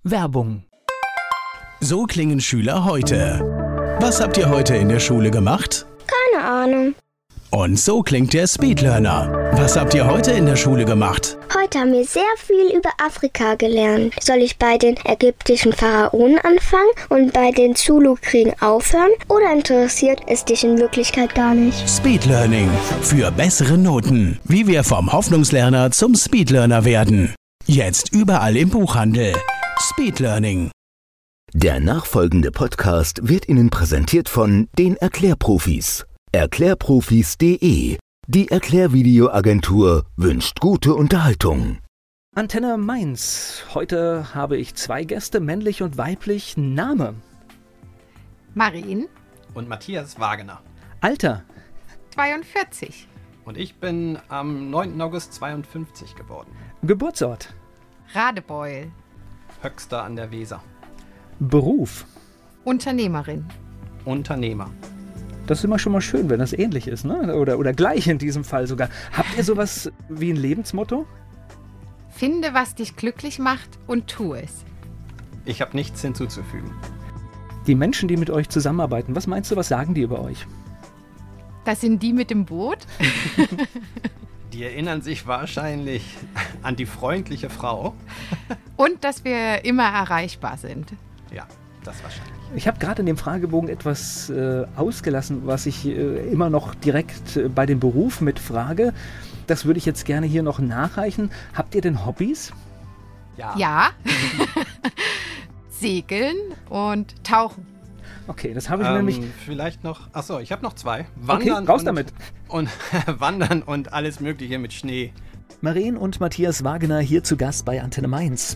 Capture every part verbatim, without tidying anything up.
Werbung. So klingen Schüler heute. Was habt ihr heute in der Schule gemacht? Keine Ahnung. Und so klingt der Speedlearner. Was habt ihr heute in der Schule gemacht? Heute haben wir sehr viel über Afrika gelernt. Soll ich bei den ägyptischen Pharaonen anfangen und bei den Zulu-Kriegen aufhören? Oder interessiert es dich in Wirklichkeit gar nicht? Speedlearning. Für bessere Noten. Wie wir vom Hoffnungslerner zum Speedlearner werden. Jetzt überall im Buchhandel. Speedlearning. Der nachfolgende Podcast wird Ihnen präsentiert von den Erklärprofis. Erklärprofis punkt de. Die Erklärvideoagentur wünscht gute Unterhaltung. Antenne Mainz. Heute habe ich zwei Gäste, männlich und weiblich. Name? Marien. Und Matthias Wagener. Alter? zweiundvierzig. Und ich bin am neunten August zweiundfünfzig geworden. Geburtsort? Radebeul. Höxter an der Weser. Beruf? Unternehmerin. Unternehmer. Das ist immer schon mal schön, wenn das ähnlich ist, ne? Oder, oder gleich in diesem Fall sogar. Habt ihr sowas wie ein Lebensmotto? Finde, was dich glücklich macht und tu es. Ich habe nichts hinzuzufügen. Die Menschen, die mit euch zusammenarbeiten, was meinst du, was sagen die über euch? Das sind die mit dem Boot. Die erinnern sich wahrscheinlich an die freundliche Frau. Und dass wir immer erreichbar sind. Ja, das wahrscheinlich. Ich habe gerade in dem Fragebogen etwas äh, ausgelassen, was ich äh, immer noch direkt äh, bei dem Beruf mitfrage. Das würde ich jetzt gerne hier noch nachreichen. Habt ihr denn Hobbys? Ja. Ja. Segeln und Tauchen. Okay, das habe ich ähm, nämlich... Vielleicht noch... Achso, ich habe noch zwei. Wandern okay, raus und, damit. Und Wandern und alles Mögliche mit Schnee. Marien und Matthias Wagener hier zu Gast bei Antenne Mainz.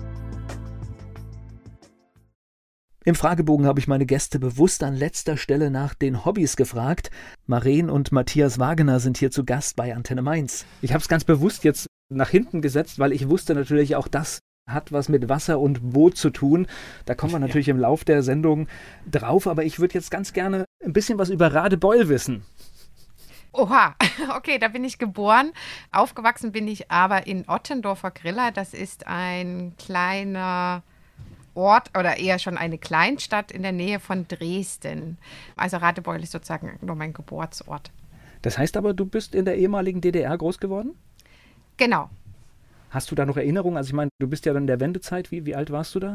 Im Fragebogen habe ich meine Gäste bewusst an letzter Stelle nach den Hobbys gefragt. Marien und Matthias Wagener sind hier zu Gast bei Antenne Mainz. Ich habe es ganz bewusst jetzt nach hinten gesetzt, weil ich wusste natürlich auch, das hat was mit Wasser und Boot zu tun. Da kommen wir natürlich im Lauf der Sendung drauf, aber ich würde jetzt ganz gerne ein bisschen was über Radebeul wissen. Oha, okay, da bin ich geboren. Aufgewachsen bin ich aber in Ottendorfer Griller. Das ist ein kleiner Ort oder eher schon eine Kleinstadt in der Nähe von Dresden. Also Radebeul ist sozusagen nur mein Geburtsort. Das heißt aber, du bist in der ehemaligen D D R groß geworden? Genau. Hast du da noch Erinnerungen? Also ich meine, du bist ja dann in der Wendezeit. Wie, wie alt warst du da?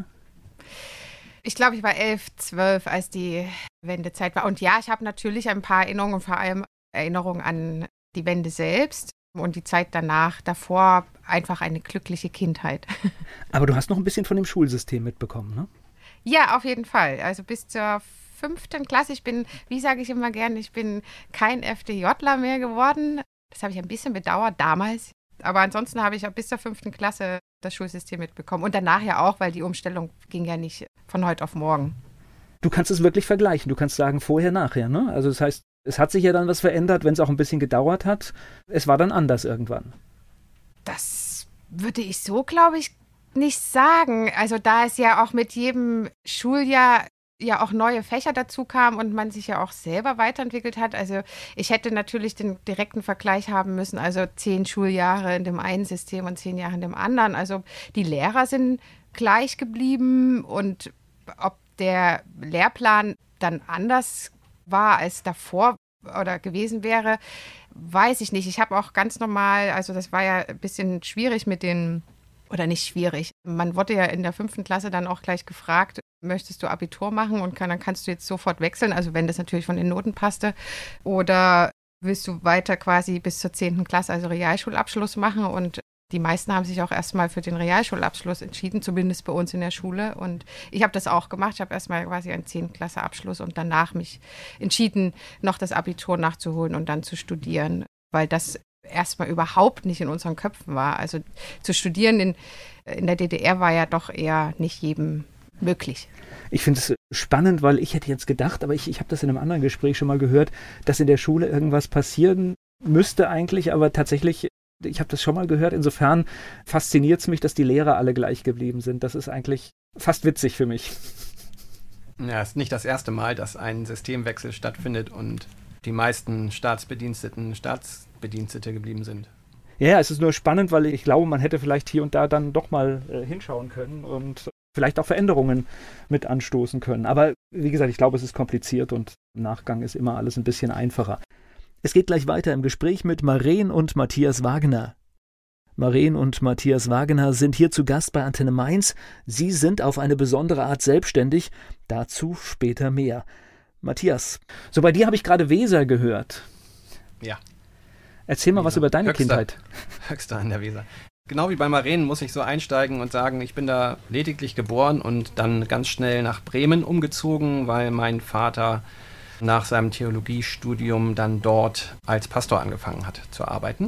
Ich glaube, ich war elf, zwölf, als die Wendezeit war. Und ja, ich habe natürlich ein paar Erinnerungen, vor allem Erinnerungen an die Wende selbst und die Zeit danach, davor einfach eine glückliche Kindheit. Aber du hast noch ein bisschen von dem Schulsystem mitbekommen, ne? Ja, auf jeden Fall. Also bis zur fünften Klasse. Ich bin, wie sage ich immer gerne, ich bin kein FDJler mehr geworden. Das habe ich ein bisschen bedauert damals. Aber ansonsten habe ich auch bis zur fünften Klasse das Schulsystem mitbekommen. Und danach ja auch, weil die Umstellung ging ja nicht von heute auf morgen. Du kannst es wirklich vergleichen. Du kannst sagen, vorher, nachher, ne? Also das heißt, es hat sich ja dann was verändert, wenn es auch ein bisschen gedauert hat. Es war dann anders irgendwann. Das würde ich so, glaube ich, nicht sagen. Also da es ja auch mit jedem Schuljahr ja auch neue Fächer dazu kamen und man sich ja auch selber weiterentwickelt hat. Also ich hätte natürlich den direkten Vergleich haben müssen, also zehn Schuljahre in dem einen System und zehn Jahre in dem anderen. Also die Lehrer sind gleich geblieben und ob der Lehrplan dann anders war als davor oder gewesen wäre, weiß ich nicht. Ich habe auch ganz normal, also das war ja ein bisschen schwierig mit den, oder nicht schwierig. Man wurde ja in der fünften Klasse dann auch gleich gefragt, möchtest du Abitur machen und kann, dann kannst du jetzt sofort wechseln, also wenn das natürlich von den Noten passte. Oder willst du weiter quasi bis zur zehnten Klasse, also Realschulabschluss machen? Und die meisten haben sich auch erstmal für den Realschulabschluss entschieden, zumindest bei uns in der Schule. Und ich habe das auch gemacht. Ich habe erstmal quasi einen zehnten Klasse Abschluss und danach mich entschieden, noch das Abitur nachzuholen und dann zu studieren, weil das erstmal überhaupt nicht in unseren Köpfen war. Also zu studieren in, in der D D R war ja doch eher nicht jedem möglich. Ich finde es spannend, weil ich hätte jetzt gedacht, aber ich, ich habe das in einem anderen Gespräch schon mal gehört, dass in der Schule irgendwas passieren müsste eigentlich, aber tatsächlich, ich habe das schon mal gehört, insofern fasziniert es mich, dass die Lehrer alle gleich geblieben sind. Das ist eigentlich fast witzig für mich. Ja, es ist nicht das erste Mal, dass ein Systemwechsel stattfindet und die meisten Staatsbediensteten Staatsbedienstete geblieben sind. Ja, es ist nur spannend, weil ich glaube, man hätte vielleicht hier und da dann doch mal äh, hinschauen können und vielleicht auch Veränderungen mit anstoßen können. Aber wie gesagt, ich glaube, es ist kompliziert und im Nachgang ist immer alles ein bisschen einfacher. Es geht gleich weiter im Gespräch mit Maren und Matthias Wagener. Maren und Matthias Wagener sind hier zu Gast bei Antenne Mainz. Sie sind auf eine besondere Art selbstständig. Dazu später mehr. Matthias, so bei dir habe ich gerade Weser gehört. Ja. Erzähl mal Weser. was über deine Höxter. Kindheit. Höxter an der Weser. Genau wie bei Maren muss ich so einsteigen und sagen, ich bin da lediglich geboren und dann ganz schnell nach Bremen umgezogen, weil mein Vater nach seinem Theologiestudium dann dort als Pastor angefangen hat zu arbeiten.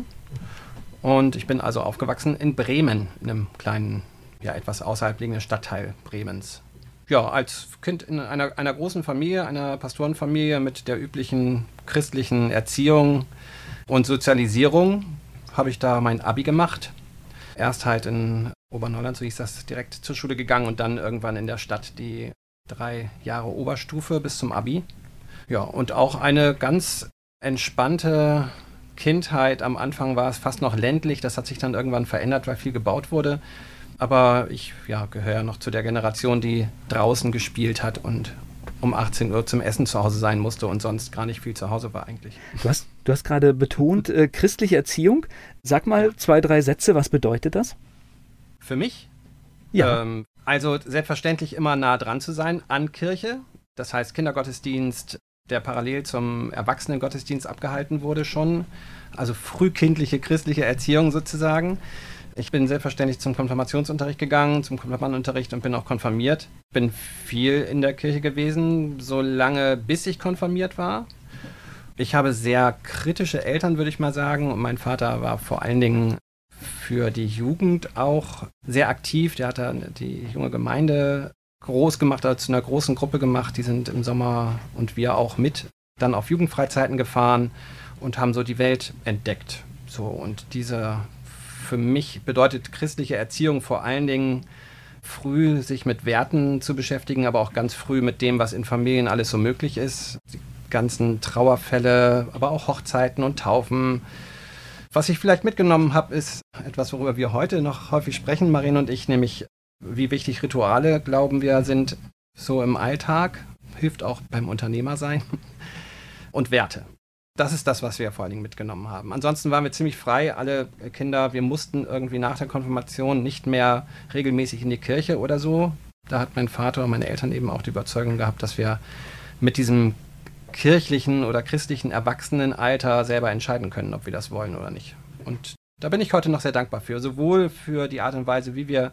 Und ich bin also aufgewachsen in Bremen, in einem kleinen, ja etwas außerhalb liegenden Stadtteil Bremens. Ja, als Kind in einer, einer großen Familie, einer Pastorenfamilie mit der üblichen christlichen Erziehung und Sozialisierung habe ich da mein Abi gemacht. Erst halt in Oberneuland, so hieß das, direkt zur Schule gegangen und dann irgendwann in der Stadt die drei Jahre Oberstufe bis zum Abi. Ja, und auch eine ganz entspannte Kindheit. Am Anfang war es fast noch ländlich, das hat sich dann irgendwann verändert, weil viel gebaut wurde. Aber ich ja, gehöre noch zu der Generation, die draußen gespielt hat und um achtzehn Uhr zum Essen zu Hause sein musste und sonst gar nicht viel zu Hause war eigentlich. Du hast, du hast gerade betont, äh, christliche Erziehung. Sag mal zwei, drei Sätze, was bedeutet das? Für mich? Ja. Ähm, also selbstverständlich immer nah dran zu sein an Kirche. Das heißt Kindergottesdienst, der parallel zum Erwachsenengottesdienst abgehalten wurde schon. Also frühkindliche christliche Erziehung sozusagen. Ich bin selbstverständlich zum Konfirmationsunterricht gegangen, zum Konfirmandenunterricht und bin auch konfirmiert. Bin viel in der Kirche gewesen, solange bis ich konfirmiert war. Ich habe sehr kritische Eltern, würde ich mal sagen. Und mein Vater war vor allen Dingen für die Jugend auch sehr aktiv. Der hat dann die junge Gemeinde groß gemacht, also zu einer großen Gruppe gemacht. Die sind im Sommer und wir auch mit dann auf Jugendfreizeiten gefahren und haben so die Welt entdeckt. So, und diese, für mich bedeutet christliche Erziehung vor allen Dingen früh sich mit Werten zu beschäftigen, aber auch ganz früh mit dem, was in Familien alles so möglich ist. Die ganzen Trauerfälle, aber auch Hochzeiten und Taufen. Was ich vielleicht mitgenommen habe, ist etwas, worüber wir heute noch häufig sprechen, Maren und ich, nämlich wie wichtig Rituale, glauben wir, sind so im Alltag, hilft auch beim Unternehmersein, und Werte. Das ist das, was wir vor allen Dingen mitgenommen haben. Ansonsten waren wir ziemlich frei, alle Kinder. Wir mussten irgendwie nach der Konfirmation nicht mehr regelmäßig in die Kirche oder so. Da hat mein Vater und meine Eltern eben auch die Überzeugung gehabt, dass wir mit diesem kirchlichen oder christlichen Erwachsenenalter selber entscheiden können, ob wir das wollen oder nicht. Und da bin ich heute noch sehr dankbar für. Sowohl für die Art und Weise, wie wir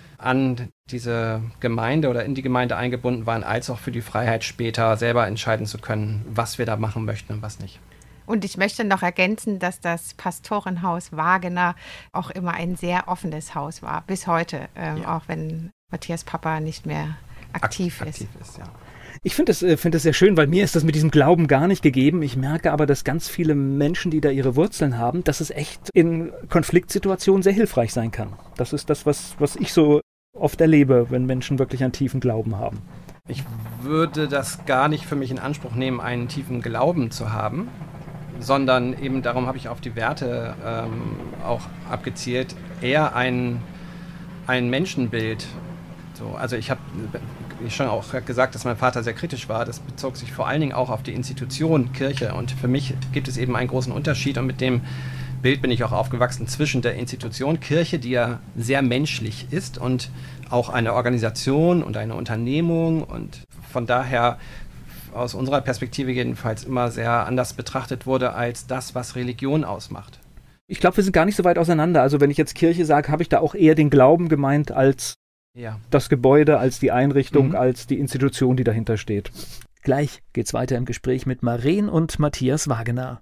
an diese Gemeinde oder in die Gemeinde eingebunden waren, als auch für die Freiheit später selber entscheiden zu können, was wir da machen möchten und was nicht. Und ich möchte noch ergänzen, dass das Pastorenhaus Wagener auch immer ein sehr offenes Haus war, bis heute, ähm, ja. Auch wenn Matthias Papa nicht mehr aktiv, Ak- ist. aktiv ist. Ja. Ich finde das, äh, find das sehr schön, weil mir ist das mit diesem Glauben gar nicht gegeben. Ich merke aber, dass ganz viele Menschen, die da ihre Wurzeln haben, dass es echt in Konfliktsituationen sehr hilfreich sein kann. Das ist das, was, was ich so oft erlebe, wenn Menschen wirklich einen tiefen Glauben haben. Ich würde das gar nicht für mich in Anspruch nehmen, einen tiefen Glauben zu haben, sondern eben darum habe ich auf die Werte ähm, auch abgezielt, eher ein, ein Menschenbild. So, also ich habe ich schon auch gesagt, dass mein Vater sehr kritisch war. Das bezog sich vor allen Dingen auch auf die Institution Kirche. Und für mich gibt es eben einen großen Unterschied. Und mit dem Bild bin ich auch aufgewachsen zwischen der Institution Kirche, die ja sehr menschlich ist und auch eine Organisation und eine Unternehmung und von daher aus unserer Perspektive jedenfalls immer sehr anders betrachtet wurde als das, was Religion ausmacht. Ich glaube, wir sind gar nicht so weit auseinander. Also wenn ich jetzt Kirche sage, habe ich da auch eher den Glauben gemeint als ja. das Gebäude, als die Einrichtung, mhm. als die Institution, die dahinter steht. Gleich geht's weiter im Gespräch mit Maren und Matthias Wagener.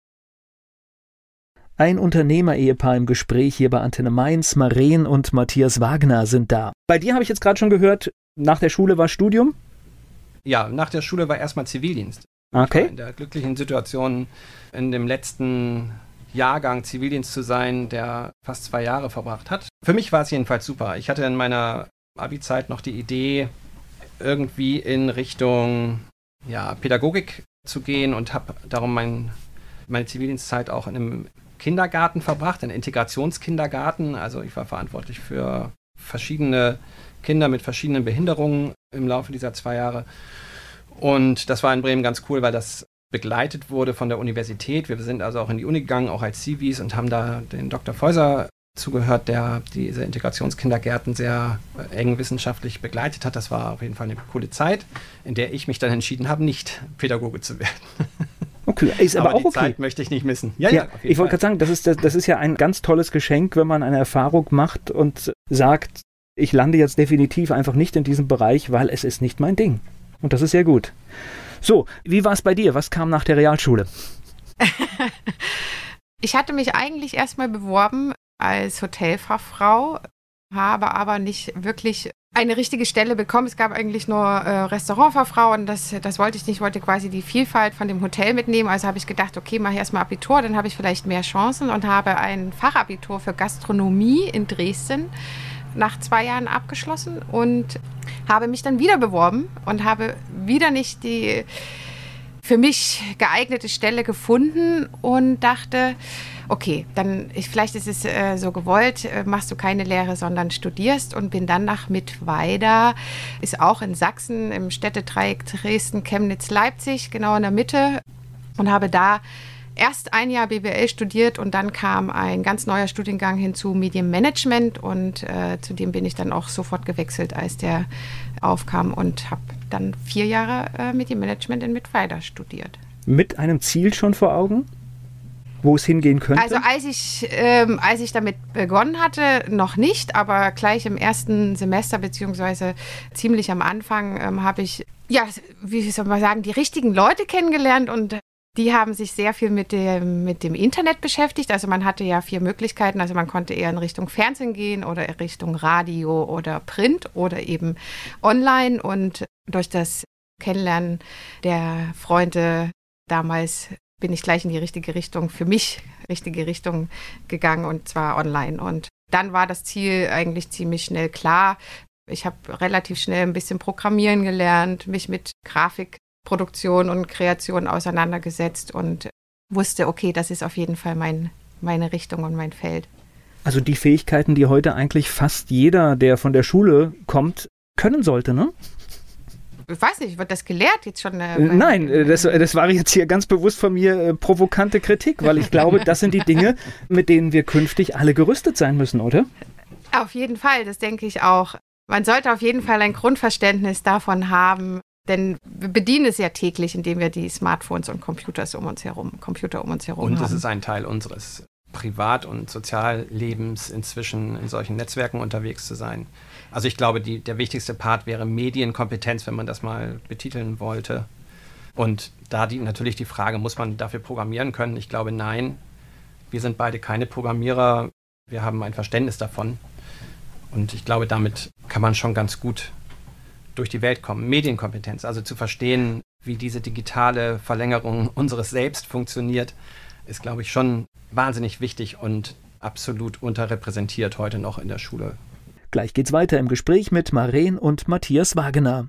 Ein Unternehmer-Ehepaar im Gespräch hier bei Antenne Mainz. Maren und Matthias Wagener sind da. Bei dir habe ich jetzt gerade schon gehört, nach der Schule war Studium? Ja, nach der Schule war erstmal Zivildienst. Okay. Ich war in der glücklichen Situation, in dem letzten Jahrgang Zivildienst zu sein, der fast zwei Jahre verbracht hat. Für mich war es jedenfalls super. Ich hatte in meiner Abi-Zeit noch die Idee, irgendwie in Richtung ja, Pädagogik zu gehen und habe darum mein, meine Zivildienstzeit auch in einem Kindergarten verbracht, einen Integrationskindergarten. Also ich war verantwortlich für verschiedene Kinder mit verschiedenen Behinderungen im Laufe dieser zwei Jahre. Und das war in Bremen ganz cool, weil das begleitet wurde von der Universität. Wir sind also auch in die Uni gegangen, auch als C Vs und haben da den Doktor Feuser zugehört, der diese Integrationskindergärten sehr eng wissenschaftlich begleitet hat. Das war auf jeden Fall eine coole Zeit, in der ich mich dann entschieden habe, nicht Pädagoge zu werden. Okay, ist aber, aber auch die okay. Zeit möchte ich nicht missen. Ja, ja, ja, ich wollte gerade sagen, das ist, das, das ist ja ein ganz tolles Geschenk, wenn man eine Erfahrung macht und sagt, ich lande jetzt definitiv einfach nicht in diesem Bereich, weil es ist nicht mein Ding. Und das ist sehr gut. So, wie war es bei dir? Was kam nach der Realschule? Ich hatte mich eigentlich erstmal beworben als Hotelfachfrau, habe aber nicht wirklich eine richtige Stelle bekommen. Es gab eigentlich nur äh, Restaurantfachfrau und das, das wollte ich nicht. Ich wollte quasi die Vielfalt von dem Hotel mitnehmen. Also habe ich gedacht, okay, mache ich erstmal Abitur, dann habe ich vielleicht mehr Chancen und habe ein Fachabitur für Gastronomie in Dresden nach zwei Jahren abgeschlossen und habe mich dann wieder beworben und habe wieder nicht die für mich geeignete Stelle gefunden und dachte, okay, dann ich, vielleicht ist es äh, so gewollt, äh, machst du keine Lehre, sondern studierst und bin dann nach Mittweida, ist auch in Sachsen im Städtedreieck Dresden, Chemnitz, Leipzig, genau in der Mitte und habe da erst ein Jahr B W L studiert und dann kam ein ganz neuer Studiengang hinzu, Medienmanagement und äh, zu dem bin ich dann auch sofort gewechselt, als der aufkam und habe dann vier Jahre äh, Medienmanagement in Mittweida studiert. Mit einem Ziel schon vor Augen? Wo es hingehen könnte? Also als ich, ähm, als ich damit begonnen hatte, noch nicht, aber gleich im ersten Semester beziehungsweise ziemlich am Anfang ähm, habe ich, ja, wie soll man sagen, die richtigen Leute kennengelernt und die haben sich sehr viel mit dem, mit dem Internet beschäftigt. Also man hatte ja vier Möglichkeiten. Also man konnte eher in Richtung Fernsehen gehen oder in Richtung Radio oder Print oder eben online. Und durch das Kennenlernen der Freunde damals bin ich gleich in die richtige Richtung, für mich richtige Richtung gegangen und zwar online. Und dann war das Ziel eigentlich ziemlich schnell klar. Ich habe relativ schnell ein bisschen Programmieren gelernt, mich mit Grafikproduktion und Kreation auseinandergesetzt und wusste, okay, das ist auf jeden Fall mein, meine Richtung und mein Feld. Also die Fähigkeiten, die heute eigentlich fast jeder, der von der Schule kommt, können sollte, ne? Ich weiß nicht, wird das gelehrt jetzt schon? Äh, Nein, das, das war jetzt hier ganz bewusst von mir äh, provokante Kritik, weil ich glaube, das sind die Dinge, mit denen wir künftig alle gerüstet sein müssen, oder? Auf jeden Fall, das denke ich auch. Man sollte auf jeden Fall ein Grundverständnis davon haben, denn wir bedienen es ja täglich, indem wir die Smartphones und Computers um uns herum, Computer um uns herum und haben. Und es ist ein Teil unseres Privat- und Soziallebens, inzwischen in solchen Netzwerken unterwegs zu sein. Also ich glaube, die, der wichtigste Part wäre Medienkompetenz, wenn man das mal betiteln wollte. Und da die, natürlich die Frage, muss man dafür programmieren können? Ich glaube, nein. Wir sind beide keine Programmierer. Wir haben ein Verständnis davon. Und ich glaube, damit kann man schon ganz gut durch die Welt kommen. Medienkompetenz, also zu verstehen, wie diese digitale Verlängerung unseres Selbst funktioniert, ist, glaube ich, schon wahnsinnig wichtig und absolut unterrepräsentiert heute noch in der Schule. Gleich geht's weiter im Gespräch mit Maren und Matthias Wagener.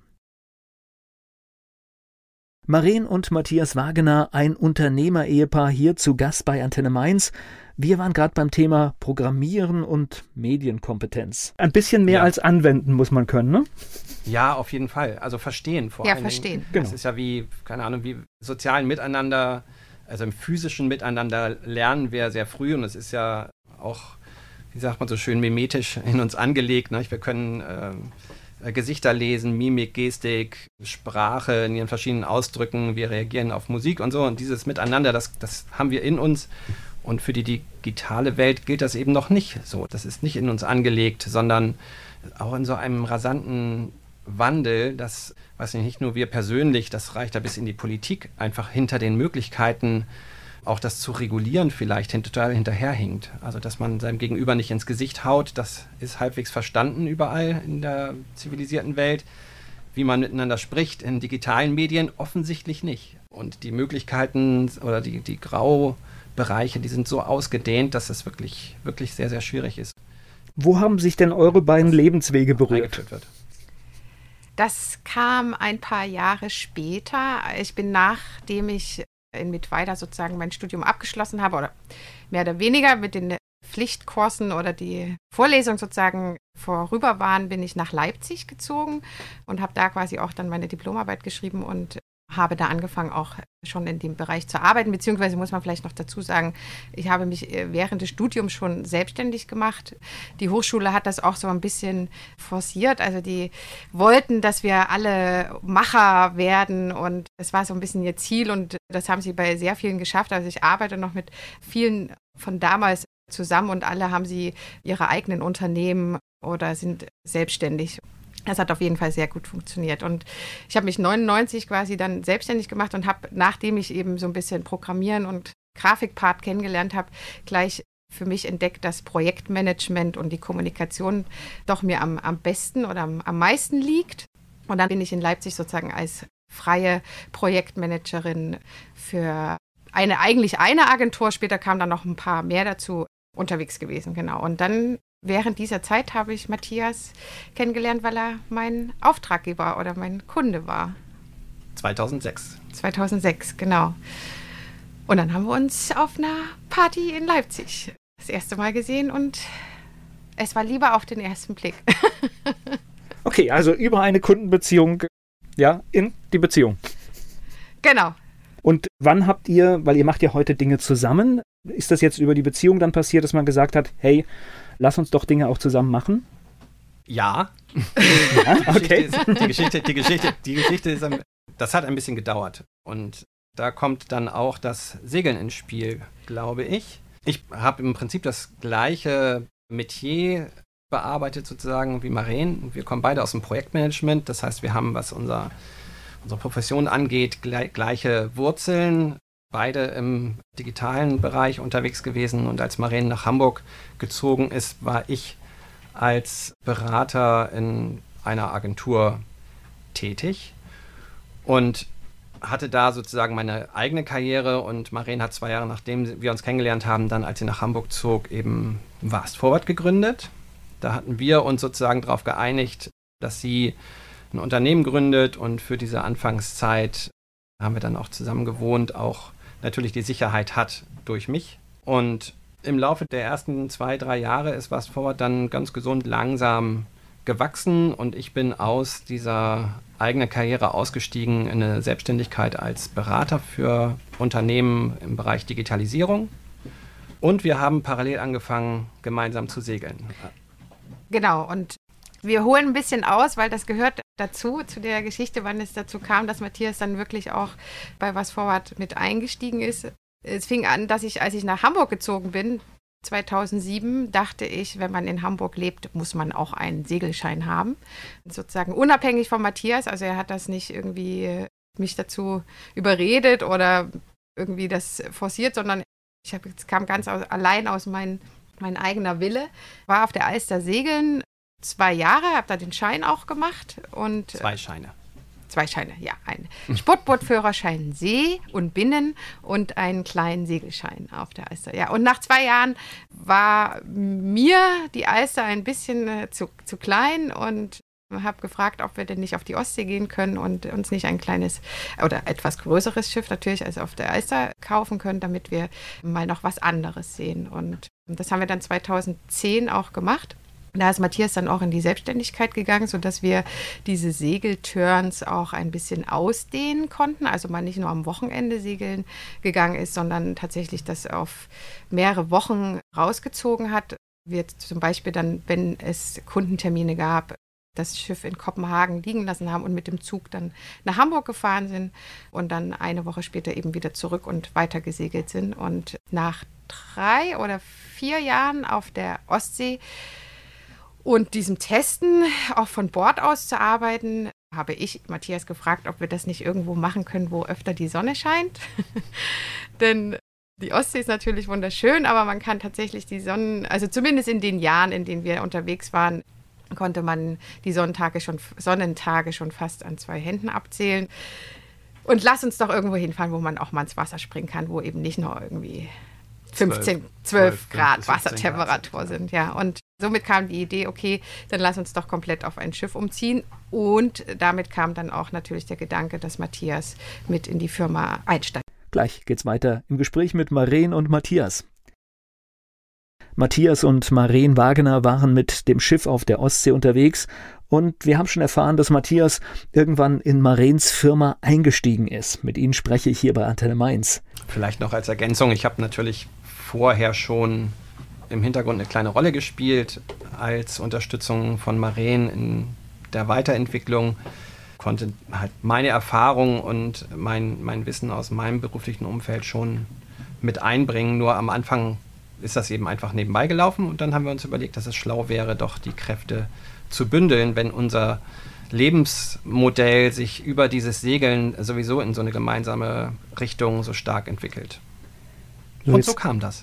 Maren und Matthias Wagener, ein Unternehmer-Ehepaar, hier zu Gast bei Antenne Mainz. Wir waren gerade beim Thema Programmieren und Medienkompetenz. Ein bisschen mehr ja. als anwenden muss man können, ne? Ja, auf jeden Fall. Also verstehen vor ja, allem. Ja, verstehen. Genau. Das ist ja wie, keine Ahnung, wie sozialen Miteinander, also im physischen Miteinander lernen wir sehr früh und es ist ja auch, wie sagt man so schön, mimetisch in uns angelegt. Ne? Wir können äh, Gesichter lesen, Mimik, Gestik, Sprache in ihren verschiedenen Ausdrücken. Wir reagieren auf Musik und so. Und dieses Miteinander, das, das haben wir in uns. Und für die digitale Welt gilt das eben noch nicht so. Das ist nicht in uns angelegt, sondern auch in so einem rasanten Wandel, dass, weiß nicht, nicht nur wir persönlich, das reicht da bis in die Politik, einfach hinter den Möglichkeiten auch das zu regulieren vielleicht total hinterherhinkt. Also dass man seinem Gegenüber nicht ins Gesicht haut, das ist halbwegs verstanden überall in der zivilisierten Welt. Wie man miteinander spricht in digitalen Medien, offensichtlich nicht. Und die Möglichkeiten oder die, die Graubereiche, die sind so ausgedehnt, dass es wirklich, wirklich sehr, sehr schwierig ist. Wo haben sich denn eure beiden Lebenswege berührt? Wird. Das kam ein paar Jahre später. Ich bin, nachdem ich in Mittweida sozusagen mein Studium abgeschlossen habe, oder mehr oder weniger mit den Pflichtkursen oder die Vorlesung sozusagen vorüber waren, bin ich nach Leipzig gezogen und habe da quasi auch dann meine Diplomarbeit geschrieben und habe da angefangen, auch schon in dem Bereich zu arbeiten, beziehungsweise muss man vielleicht noch dazu sagen, ich habe mich während des Studiums schon selbstständig gemacht. Die Hochschule hat das auch so ein bisschen forciert, also die wollten, dass wir alle Macher werden und es war so ein bisschen ihr Ziel und das haben sie bei sehr vielen geschafft. Also ich arbeite noch mit vielen von damals zusammen und alle haben sie ihre eigenen Unternehmen oder sind selbstständig. Das hat auf jeden Fall sehr gut funktioniert. Und ich habe mich neunundneunzig quasi dann selbstständig gemacht und habe, nachdem ich eben so ein bisschen Programmieren und Grafikpart kennengelernt habe, gleich für mich entdeckt, dass Projektmanagement und die Kommunikation doch mir am, am besten oder am, am meisten liegt. Und dann bin ich in Leipzig sozusagen als freie Projektmanagerin für eine, eigentlich eine Agentur, später kamen dann noch ein paar mehr dazu, unterwegs gewesen, genau. Und dann während dieser Zeit habe ich Matthias kennengelernt, weil er mein Auftraggeber oder mein Kunde war. zweitausendsechs. zweitausendsechs, genau. Und dann haben wir uns auf einer Party in Leipzig das erste Mal gesehen und es war Liebe auf den ersten Blick. Okay, also über eine Kundenbeziehung, ja, in die Beziehung. Genau. Und wann habt ihr, weil ihr macht ja heute Dinge zusammen, ist das jetzt über die Beziehung dann passiert, dass man gesagt hat, hey, lass uns doch Dinge auch zusammen machen? Ja. Ja, okay. Die Geschichte, die Geschichte, die Geschichte ist, ein, das hat ein bisschen gedauert. Und da kommt dann auch das Segeln ins Spiel, glaube ich. Ich habe im Prinzip das gleiche Metier bearbeitet sozusagen wie Maren. Wir kommen beide aus dem Projektmanagement. Das heißt, wir haben, was unser, unsere Profession angeht, gleich, gleiche Wurzeln. Beide im digitalen Bereich unterwegs gewesen und als Maren nach Hamburg gezogen ist, war ich als Berater in einer Agentur tätig und hatte da sozusagen meine eigene Karriere und Maren hat zwei Jahre nachdem wir uns kennengelernt haben, dann als sie nach Hamburg zog, eben Fast Forward gegründet. Da hatten wir uns sozusagen darauf geeinigt, dass sie ein Unternehmen gründet und für diese Anfangszeit haben wir dann auch zusammen gewohnt, auch natürlich die Sicherheit hat durch mich. Und im Laufe der ersten zwei, drei Jahre ist Fast Forward dann ganz gesund langsam gewachsen und ich bin aus dieser eigenen Karriere ausgestiegen in eine Selbstständigkeit als Berater für Unternehmen im Bereich Digitalisierung. Und wir haben parallel angefangen, gemeinsam zu segeln. Genau, und wir holen ein bisschen aus, weil das gehört dazu, zu der Geschichte, wann es dazu kam, dass Matthias dann wirklich auch bei Fast Forward mit eingestiegen ist. Es fing an, dass ich, als ich nach Hamburg gezogen bin, zweitausendsieben, dachte ich, wenn man in Hamburg lebt, muss man auch einen Segelschein haben. Sozusagen unabhängig von Matthias, also er hat das nicht irgendwie mich dazu überredet oder irgendwie das forciert, sondern ich hab, es kam ganz aus, allein aus mein, mein eigener Wille. War auf der Alster segeln, zwei Jahre, habe da den Schein auch gemacht. Und zwei Scheine. Zwei Scheine, ja. Ein Sportbootführerschein See und Binnen und einen kleinen Segelschein auf der Alster. Ja, und nach zwei Jahren war mir die Alster ein bisschen äh, zu, zu klein und habe gefragt, ob wir denn nicht auf die Ostsee gehen können und uns nicht ein kleines oder etwas größeres Schiff natürlich als auf der Alster kaufen können, damit wir mal noch was anderes sehen. Und das haben wir dann zweitausendzehn auch gemacht. Da ist Matthias dann auch in die Selbstständigkeit gegangen, sodass wir diese Segelturns auch ein bisschen ausdehnen konnten. Also man nicht nur am Wochenende segeln gegangen ist, sondern tatsächlich das auf mehrere Wochen rausgezogen hat. Wir zum Beispiel dann, wenn es Kundentermine gab, das Schiff in Kopenhagen liegen lassen haben und mit dem Zug dann nach Hamburg gefahren sind und dann eine Woche später eben wieder zurück und weiter gesegelt sind. Und nach drei oder vier Jahren auf der Ostsee und diesem Testen, auch von Bord aus zu arbeiten, habe ich Matthias gefragt, ob wir das nicht irgendwo machen können, wo öfter die Sonne scheint. Denn die Ostsee ist natürlich wunderschön, aber man kann tatsächlich die Sonnen, also zumindest in den Jahren, in denen wir unterwegs waren, konnte man die Sonnentage schon, Sonnentage schon fast an zwei Händen abzählen. Und lass uns doch irgendwo hinfahren, wo man auch mal ins Wasser springen kann, wo eben nicht nur irgendwie fünfzehn, zwölf Grad Wassertemperatur sind, ja. Und somit kam die Idee, okay, dann lass uns doch komplett auf ein Schiff umziehen. Und damit kam dann auch natürlich der Gedanke, dass Matthias mit in die Firma einsteigt. Gleich geht's weiter im Gespräch mit Maren und Matthias. Matthias und Maren Wagener waren mit dem Schiff auf der Ostsee unterwegs und wir haben schon erfahren, dass Matthias irgendwann in Marens Firma eingestiegen ist. Mit Ihnen spreche ich hier bei Antenne Mainz. Vielleicht noch als Ergänzung, ich habe natürlich vorher schon im Hintergrund eine kleine Rolle gespielt als Unterstützung von Maren in der Weiterentwicklung, konnte halt meine Erfahrung und mein, mein Wissen aus meinem beruflichen Umfeld schon mit einbringen. Nur am Anfang ist das eben einfach nebenbei gelaufen und dann haben wir uns überlegt, dass es schlau wäre, doch die Kräfte zu bündeln, wenn unser Lebensmodell sich über dieses Segeln sowieso in so eine gemeinsame Richtung so stark entwickelt. So, und jetzt, so kam das.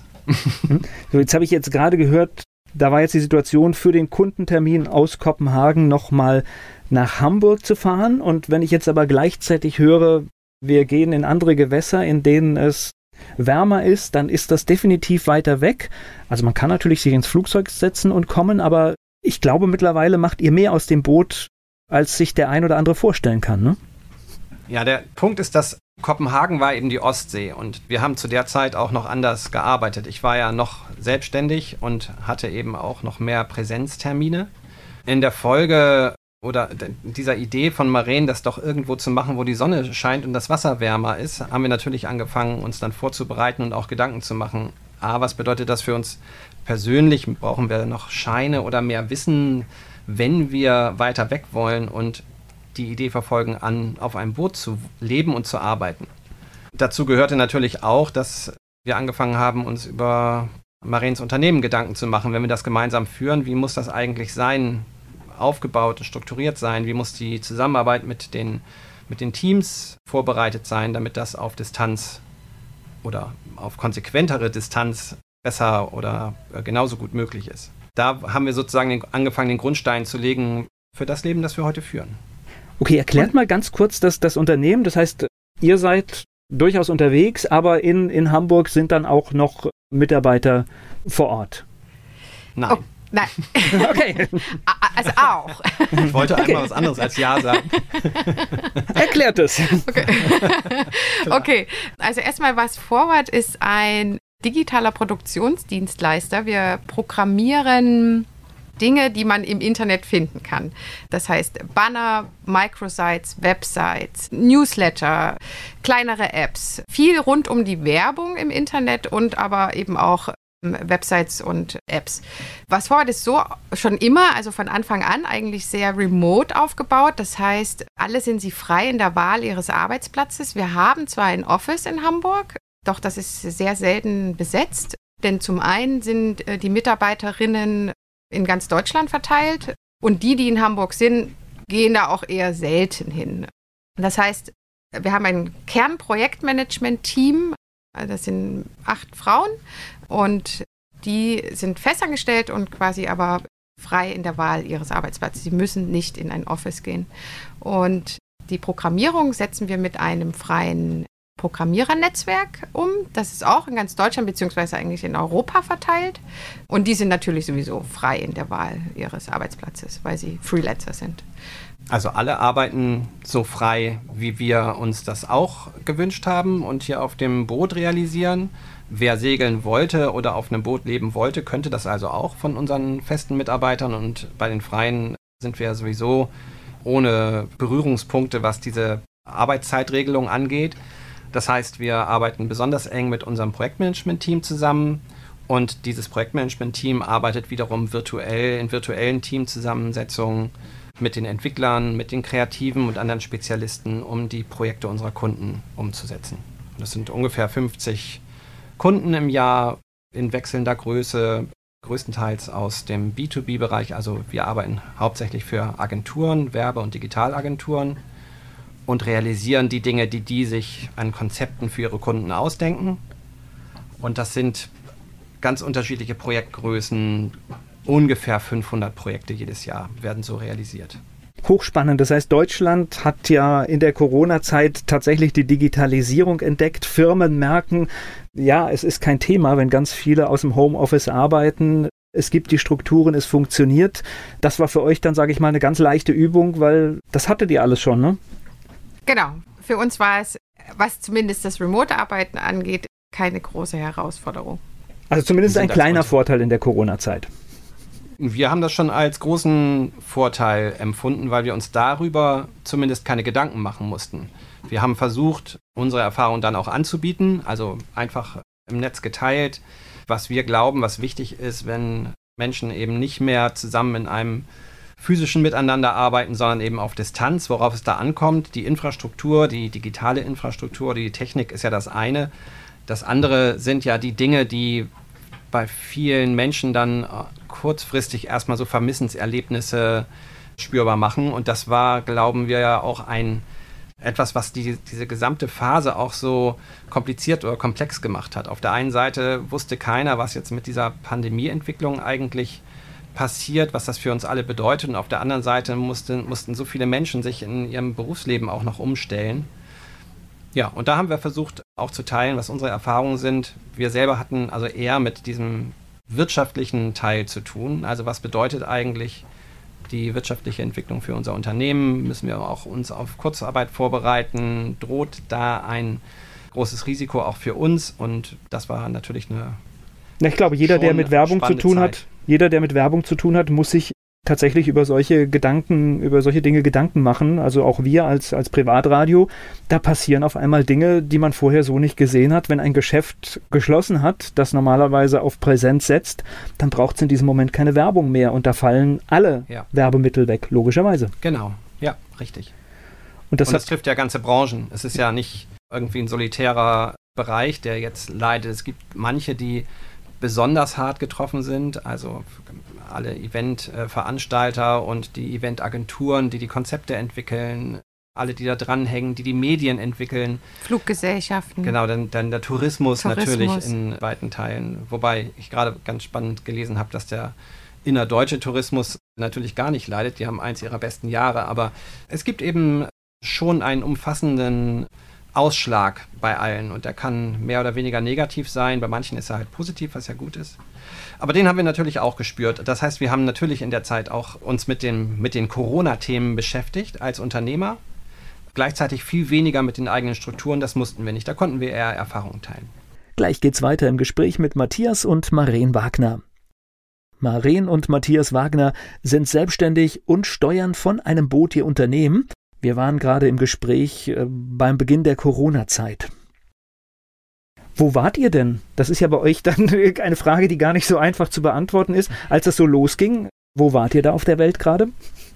So, jetzt habe ich jetzt gerade gehört, da war jetzt die Situation für den Kundentermin aus Kopenhagen nochmal nach Hamburg zu fahren. Und wenn ich jetzt aber gleichzeitig höre, wir gehen in andere Gewässer, in denen es wärmer ist, dann ist das definitiv weiter weg. Also man kann natürlich sich ins Flugzeug setzen und kommen, aber ich glaube, mittlerweile macht ihr mehr aus dem Boot, als sich der ein oder andere vorstellen kann, ne? Ja, der Punkt ist, dass Kopenhagen war eben die Ostsee und wir haben zu der Zeit auch noch anders gearbeitet. Ich war ja noch selbstständig und hatte eben auch noch mehr Präsenztermine. In der Folge oder dieser Idee von Maren, das doch irgendwo zu machen, wo die Sonne scheint und das Wasser wärmer ist, haben wir natürlich angefangen, uns dann vorzubereiten und auch Gedanken zu machen. A, was bedeutet das für uns persönlich? Brauchen wir noch Scheine oder mehr Wissen, wenn wir weiter weg wollen und die Idee verfolgen, an, auf einem Boot zu leben und zu arbeiten? Dazu gehörte natürlich auch, dass wir angefangen haben, uns über Marens Unternehmen Gedanken zu machen. Wenn wir das gemeinsam führen, wie muss das eigentlich sein, aufgebaut und strukturiert sein? Wie muss die Zusammenarbeit mit den, mit den Teams vorbereitet sein, damit das auf Distanz oder auf konsequentere Distanz besser oder genauso gut möglich ist? Da haben wir sozusagen den, angefangen, den Grundstein zu legen für das Leben, das wir heute führen. Okay, erklärt mal ganz kurz das, das Unternehmen. Das heißt, ihr seid durchaus unterwegs, aber in, in Hamburg sind dann auch noch Mitarbeiter vor Ort. Nein. Oh, nein. Okay. Also auch. Ich wollte Okay. einmal was anderes als Ja sagen. Erklärt es. Okay. Okay, also erstmal was Forward ist ein digitaler Produktionsdienstleister. Wir programmieren Dinge, die man im Internet finden kann. Das heißt Banner, Microsites, Websites, Newsletter, kleinere Apps. Viel rund um die Werbung im Internet und aber eben auch Websites und Apps. Was Forward ist so schon immer, also von Anfang an eigentlich sehr remote aufgebaut. Das heißt, alle sind sie frei in der Wahl ihres Arbeitsplatzes. Wir haben zwar ein Office in Hamburg, doch das ist sehr selten besetzt. Denn zum einen sind die Mitarbeiterinnen in ganz Deutschland verteilt und die, die in Hamburg sind, gehen da auch eher selten hin. Das heißt, wir haben ein Kernprojektmanagement-Team, das sind acht Frauen und die sind festangestellt und quasi aber frei in der Wahl ihres Arbeitsplatzes. Sie müssen nicht in ein Office gehen. Und die Programmierung setzen wir mit einem freien Programmierernetzwerk um. Das ist auch in ganz Deutschland beziehungsweise eigentlich in Europa verteilt. Und die sind natürlich sowieso frei in der Wahl ihres Arbeitsplatzes, weil sie Freelancer sind. Also alle arbeiten so frei, wie wir uns das auch gewünscht haben und hier auf dem Boot realisieren. Wer segeln wollte oder auf einem Boot leben wollte, könnte das also auch von unseren festen Mitarbeitern. Und bei den Freien sind wir sowieso ohne Berührungspunkte, was diese Arbeitszeitregelung angeht. Das heißt, wir arbeiten besonders eng mit unserem Projektmanagement-Team zusammen und dieses Projektmanagement-Team arbeitet wiederum virtuell in virtuellen Teamzusammensetzungen mit den Entwicklern, mit den Kreativen und anderen Spezialisten, um die Projekte unserer Kunden umzusetzen. Das sind ungefähr fünfzig Kunden im Jahr in wechselnder Größe, größtenteils aus dem B zwei B-Bereich. Also wir arbeiten hauptsächlich für Agenturen, Werbe- und Digitalagenturen und realisieren die Dinge, die die sich an Konzepten für ihre Kunden ausdenken. Und das sind ganz unterschiedliche Projektgrößen. Ungefähr fünfhundert Projekte jedes Jahr werden so realisiert. Hochspannend. Das heißt, Deutschland hat ja in der Corona-Zeit tatsächlich die Digitalisierung entdeckt. Firmen merken, ja, es ist kein Thema, wenn ganz viele aus dem Homeoffice arbeiten. Es gibt die Strukturen, es funktioniert. Das war für euch dann, sage ich mal, eine ganz leichte Übung, weil das hattet ihr alles schon, ne? Genau. Für uns war es, was zumindest das Remote-Arbeiten angeht, keine große Herausforderung. Also zumindest ein kleiner Vorteil in der Corona-Zeit. Wir haben das schon als großen Vorteil empfunden, weil wir uns darüber zumindest keine Gedanken machen mussten. Wir haben versucht, unsere Erfahrung dann auch anzubieten, also einfach im Netz geteilt, was wir glauben, was wichtig ist, wenn Menschen eben nicht mehr zusammen in einem physischen Miteinander arbeiten, sondern eben auf Distanz, worauf es da ankommt. Die Infrastruktur, die digitale Infrastruktur, die Technik ist ja das eine. Das andere sind ja die Dinge, die bei vielen Menschen dann kurzfristig erstmal so Vermissenserlebnisse spürbar machen. Und das war, glauben wir ja, auch ein etwas, was die, diese gesamte Phase auch so kompliziert oder komplex gemacht hat. Auf der einen Seite wusste keiner, was jetzt mit dieser Pandemieentwicklung eigentlich passiert, was das für uns alle bedeutet. Und auf der anderen Seite mussten, mussten so viele Menschen sich in ihrem Berufsleben auch noch umstellen. Ja, und da haben wir versucht auch zu teilen, was unsere Erfahrungen sind. Wir selber hatten also eher mit diesem wirtschaftlichen Teil zu tun. Also was bedeutet eigentlich die wirtschaftliche Entwicklung für unser Unternehmen? Müssen wir auch uns auf Kurzarbeit vorbereiten? Droht da ein großes Risiko auch für uns? Und das war natürlich eine Ich glaube, jeder, der mit Werbung zu tun hat, jeder, der mit Werbung zu tun hat, muss sich tatsächlich über solche Gedanken, über solche Dinge Gedanken machen. Also auch wir als, als Privatradio, da passieren auf einmal Dinge, die man vorher so nicht gesehen hat. Wenn ein Geschäft geschlossen hat, das normalerweise auf Präsenz setzt, dann braucht es in diesem Moment keine Werbung mehr und da fallen alle ja. Werbemittel weg, logischerweise. Genau, ja, richtig. Und das, und das trifft ja ganze Branchen. Es ist ja nicht irgendwie ein solitärer Bereich, der jetzt leidet. Es gibt manche, die besonders hart getroffen sind, also alle Eventveranstalter und die Eventagenturen, die die Konzepte entwickeln, alle, die da dranhängen, die die Medien entwickeln. Fluggesellschaften. Genau, dann, dann der Tourismus, Tourismus natürlich in weiten Teilen. Wobei ich gerade ganz spannend gelesen habe, dass der innerdeutsche Tourismus natürlich gar nicht leidet. Die haben eins ihrer besten Jahre. Aber es gibt eben schon einen umfassenden Ausschlag bei allen und der kann mehr oder weniger negativ sein. Bei manchen ist er halt positiv, was ja gut ist. Aber den haben wir natürlich auch gespürt. Das heißt, wir haben natürlich in der Zeit auch uns mit, dem, mit den Corona-Themen beschäftigt als Unternehmer. Gleichzeitig viel weniger mit den eigenen Strukturen, das mussten wir nicht. Da konnten wir eher Erfahrungen teilen. Gleich geht's weiter im Gespräch mit Matthias und Maren Wagner. Maren und Matthias Wagner sind selbstständig und steuern von einem Boot ihr Unternehmen. Wir waren gerade im Gespräch äh, beim Beginn der Corona-Zeit. Wo wart ihr denn? Das ist ja bei euch dann eine Frage, die gar nicht so einfach zu beantworten ist. Als das so losging, wo wart ihr da auf der Welt gerade?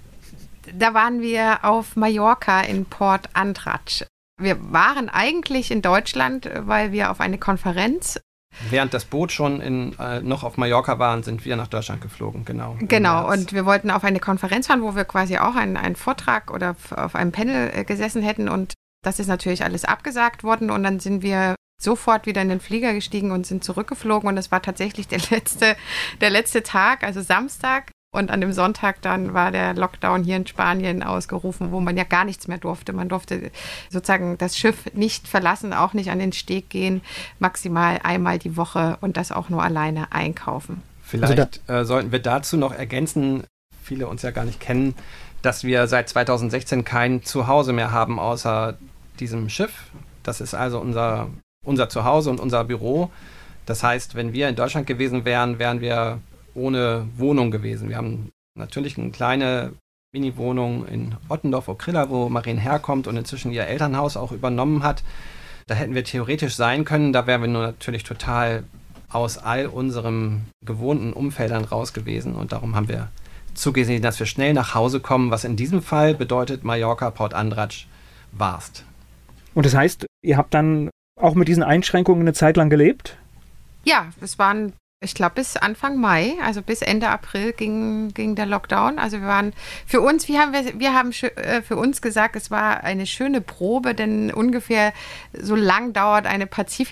Da waren wir auf Mallorca in Port Andratx. Wir waren eigentlich in Deutschland, weil wir auf eine Konferenz... Während das Boot schon in, äh, noch auf Mallorca waren, sind wir nach Deutschland geflogen, genau. Genau, und wir wollten auf eine Konferenz fahren, wo wir quasi auch einen, einen Vortrag oder auf einem Panel äh, gesessen hätten und das ist natürlich alles abgesagt worden und dann sind wir sofort wieder in den Flieger gestiegen und sind zurückgeflogen und das war tatsächlich der letzte, der letzte Tag, also Samstag. Und an dem Sonntag dann war der Lockdown hier in Spanien ausgerufen, wo man ja gar nichts mehr durfte. Man durfte sozusagen das Schiff nicht verlassen, auch nicht an den Steg gehen, maximal einmal die Woche und das auch nur alleine einkaufen. Vielleicht also da, äh, sollten wir dazu noch ergänzen, viele uns ja gar nicht kennen, dass wir seit zweitausendsechzehn kein Zuhause mehr haben außer diesem Schiff. Das ist also unser, unser Zuhause und unser Büro. Das heißt, wenn wir in Deutschland gewesen wären, wären wir ohne Wohnung gewesen. Wir haben natürlich eine kleine Mini-Wohnung in Ottendorf-Okrilla, wo Maren herkommt und inzwischen ihr Elternhaus auch übernommen hat. Da hätten wir theoretisch sein können, da wären wir nur natürlich total aus all unserem gewohnten Umfeldern raus gewesen und darum haben wir zugesehen, dass wir schnell nach Hause kommen, was in diesem Fall bedeutet Mallorca, Port Andratx, Warst. Und das heißt, ihr habt dann auch mit diesen Einschränkungen eine Zeit lang gelebt? Ja, es waren Ich glaube, bis Anfang Mai, also bis Ende April ging, ging der Lockdown. Also wir waren für uns, wie haben wir, wir haben für uns gesagt, es war eine schöne Probe, denn ungefähr so lang dauert eine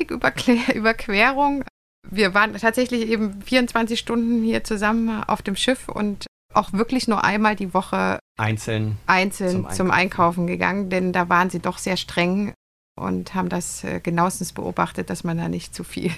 Pazifiküberquerung. Wir waren tatsächlich eben vierundzwanzig Stunden hier zusammen auf dem Schiff und auch wirklich nur einmal die Woche einzeln, einzeln zum, Einkaufen. zum Einkaufen gegangen, denn da waren sie doch sehr streng und haben das äh, genauestens beobachtet, dass man da nicht zu viel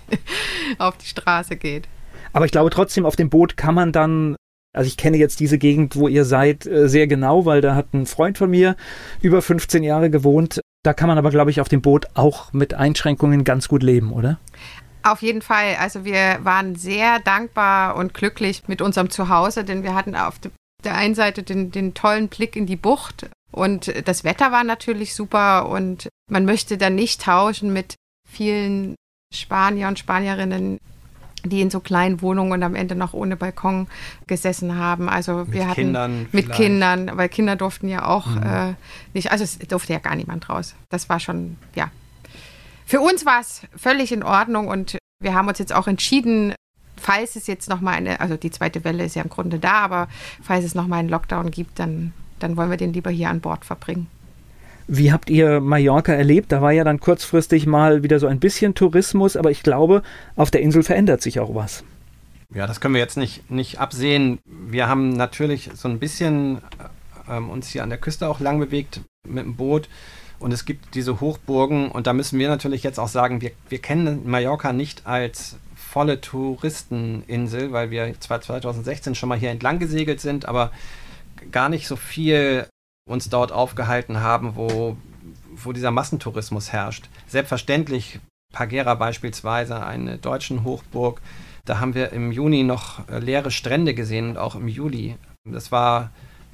auf die Straße geht. Aber ich glaube trotzdem, auf dem Boot kann man dann, also ich kenne jetzt diese Gegend, wo ihr seid, äh, sehr genau, weil da hat ein Freund von mir über fünfzehn Jahre gewohnt. Da kann man aber, glaube ich, auf dem Boot auch mit Einschränkungen ganz gut leben, oder? Auf jeden Fall. Also wir waren sehr dankbar und glücklich mit unserem Zuhause, denn wir hatten auf der einen Seite den, den tollen Blick in die Bucht und das Wetter war natürlich super und man möchte dann nicht tauschen mit vielen Spanier und Spanierinnen, die in so kleinen Wohnungen und am Ende noch ohne Balkon gesessen haben. Also mit wir hatten Kindern mit vielleicht. Kindern, weil Kinder durften ja auch Mhm. äh, nicht, also es durfte ja gar niemand raus. Das war schon, ja. Für uns war es völlig in Ordnung und wir haben uns jetzt auch entschieden, falls es jetzt nochmal eine, also die zweite Welle ist ja im Grunde da, aber falls es nochmal einen Lockdown gibt, dann, dann wollen wir den lieber hier an Bord verbringen. Wie habt ihr Mallorca erlebt? Da war ja dann kurzfristig mal wieder so ein bisschen Tourismus, aber ich glaube, auf der Insel verändert sich auch was. Ja, das können wir jetzt nicht, nicht absehen. Wir haben natürlich so ein bisschen ähm, uns hier an der Küste auch lang bewegt mit dem Boot und es gibt diese Hochburgen und da müssen wir natürlich jetzt auch sagen, wir, wir kennen Mallorca nicht als volle Touristeninsel, weil wir zwar zweitausendsechzehn schon mal hier entlang gesegelt sind, aber gar nicht so viel uns dort aufgehalten haben, wo, wo dieser Massentourismus herrscht. Selbstverständlich, Pagera beispielsweise, eine deutsche Hochburg, da haben wir im Juni noch äh, leere Strände gesehen und auch im Juli. Das war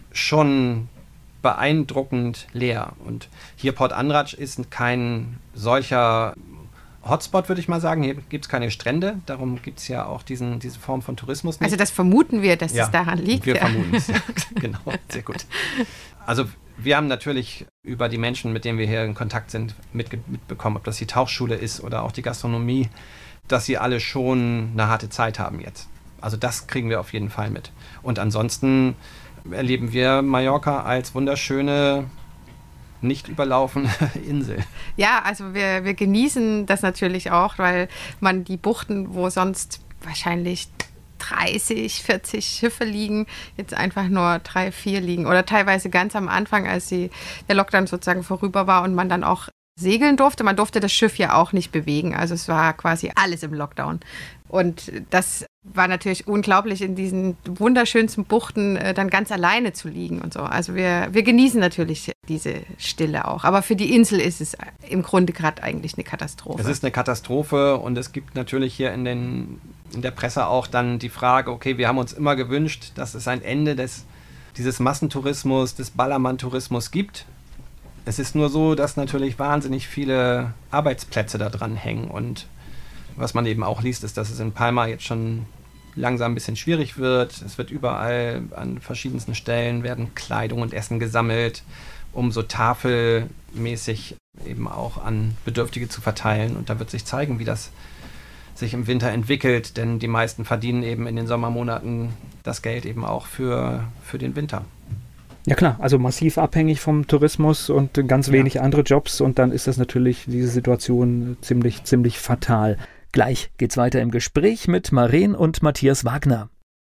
schon beeindruckend leer. Und hier Port Andratx ist kein solcher Hotspot, würde ich mal sagen. Hier gibt es keine Strände, darum gibt es ja auch diesen, diese Form von Tourismus nicht. Also das vermuten wir, dass Ja, es daran liegt. Wir ja. vermuten es, ja. Genau, sehr gut. Also wir haben natürlich über die Menschen, mit denen wir hier in Kontakt sind, mitge- mitbekommen, ob das die Tauchschule ist oder auch die Gastronomie, dass sie alle schon eine harte Zeit haben jetzt. Also das kriegen wir auf jeden Fall mit. Und ansonsten erleben wir Mallorca als wunderschöne, nicht überlaufene Insel. Ja, also wir, wir genießen das natürlich auch, weil man die Buchten, wo sonst wahrscheinlich dreißig, vierzig Schiffe liegen, jetzt einfach nur drei, vier liegen. Oder teilweise ganz am Anfang, als die, der Lockdown sozusagen vorüber war und man dann auch segeln durfte. Man durfte das Schiff ja auch nicht bewegen. Also es war quasi alles im Lockdown. Und das war natürlich unglaublich, in diesen wunderschönsten Buchten äh, dann ganz alleine zu liegen und so. Also wir, wir genießen natürlich diese Stille auch. Aber für die Insel ist es im Grunde gerade eigentlich eine Katastrophe. Es ist eine Katastrophe und es gibt natürlich hier in, den, in der Presse auch dann die Frage, okay, wir haben uns immer gewünscht, dass es ein Ende des, dieses Massentourismus, des Ballermann-Tourismus gibt. Es ist nur so, dass natürlich wahnsinnig viele Arbeitsplätze da dran hängen und was man eben auch liest, ist, dass es in Palma jetzt schon langsam ein bisschen schwierig wird. Es wird überall an verschiedensten Stellen werden Kleidung und Essen gesammelt, um so tafelmäßig eben auch an Bedürftige zu verteilen. Und da wird sich zeigen, wie das sich im Winter entwickelt, denn die meisten verdienen eben in den Sommermonaten das Geld eben auch für, für den Winter. Ja klar, also massiv abhängig vom Tourismus und ganz wenig ja. andere Jobs und dann ist das natürlich diese Situation ziemlich, ziemlich fatal. Gleich geht's weiter im Gespräch mit Maren und Matthias Wagner.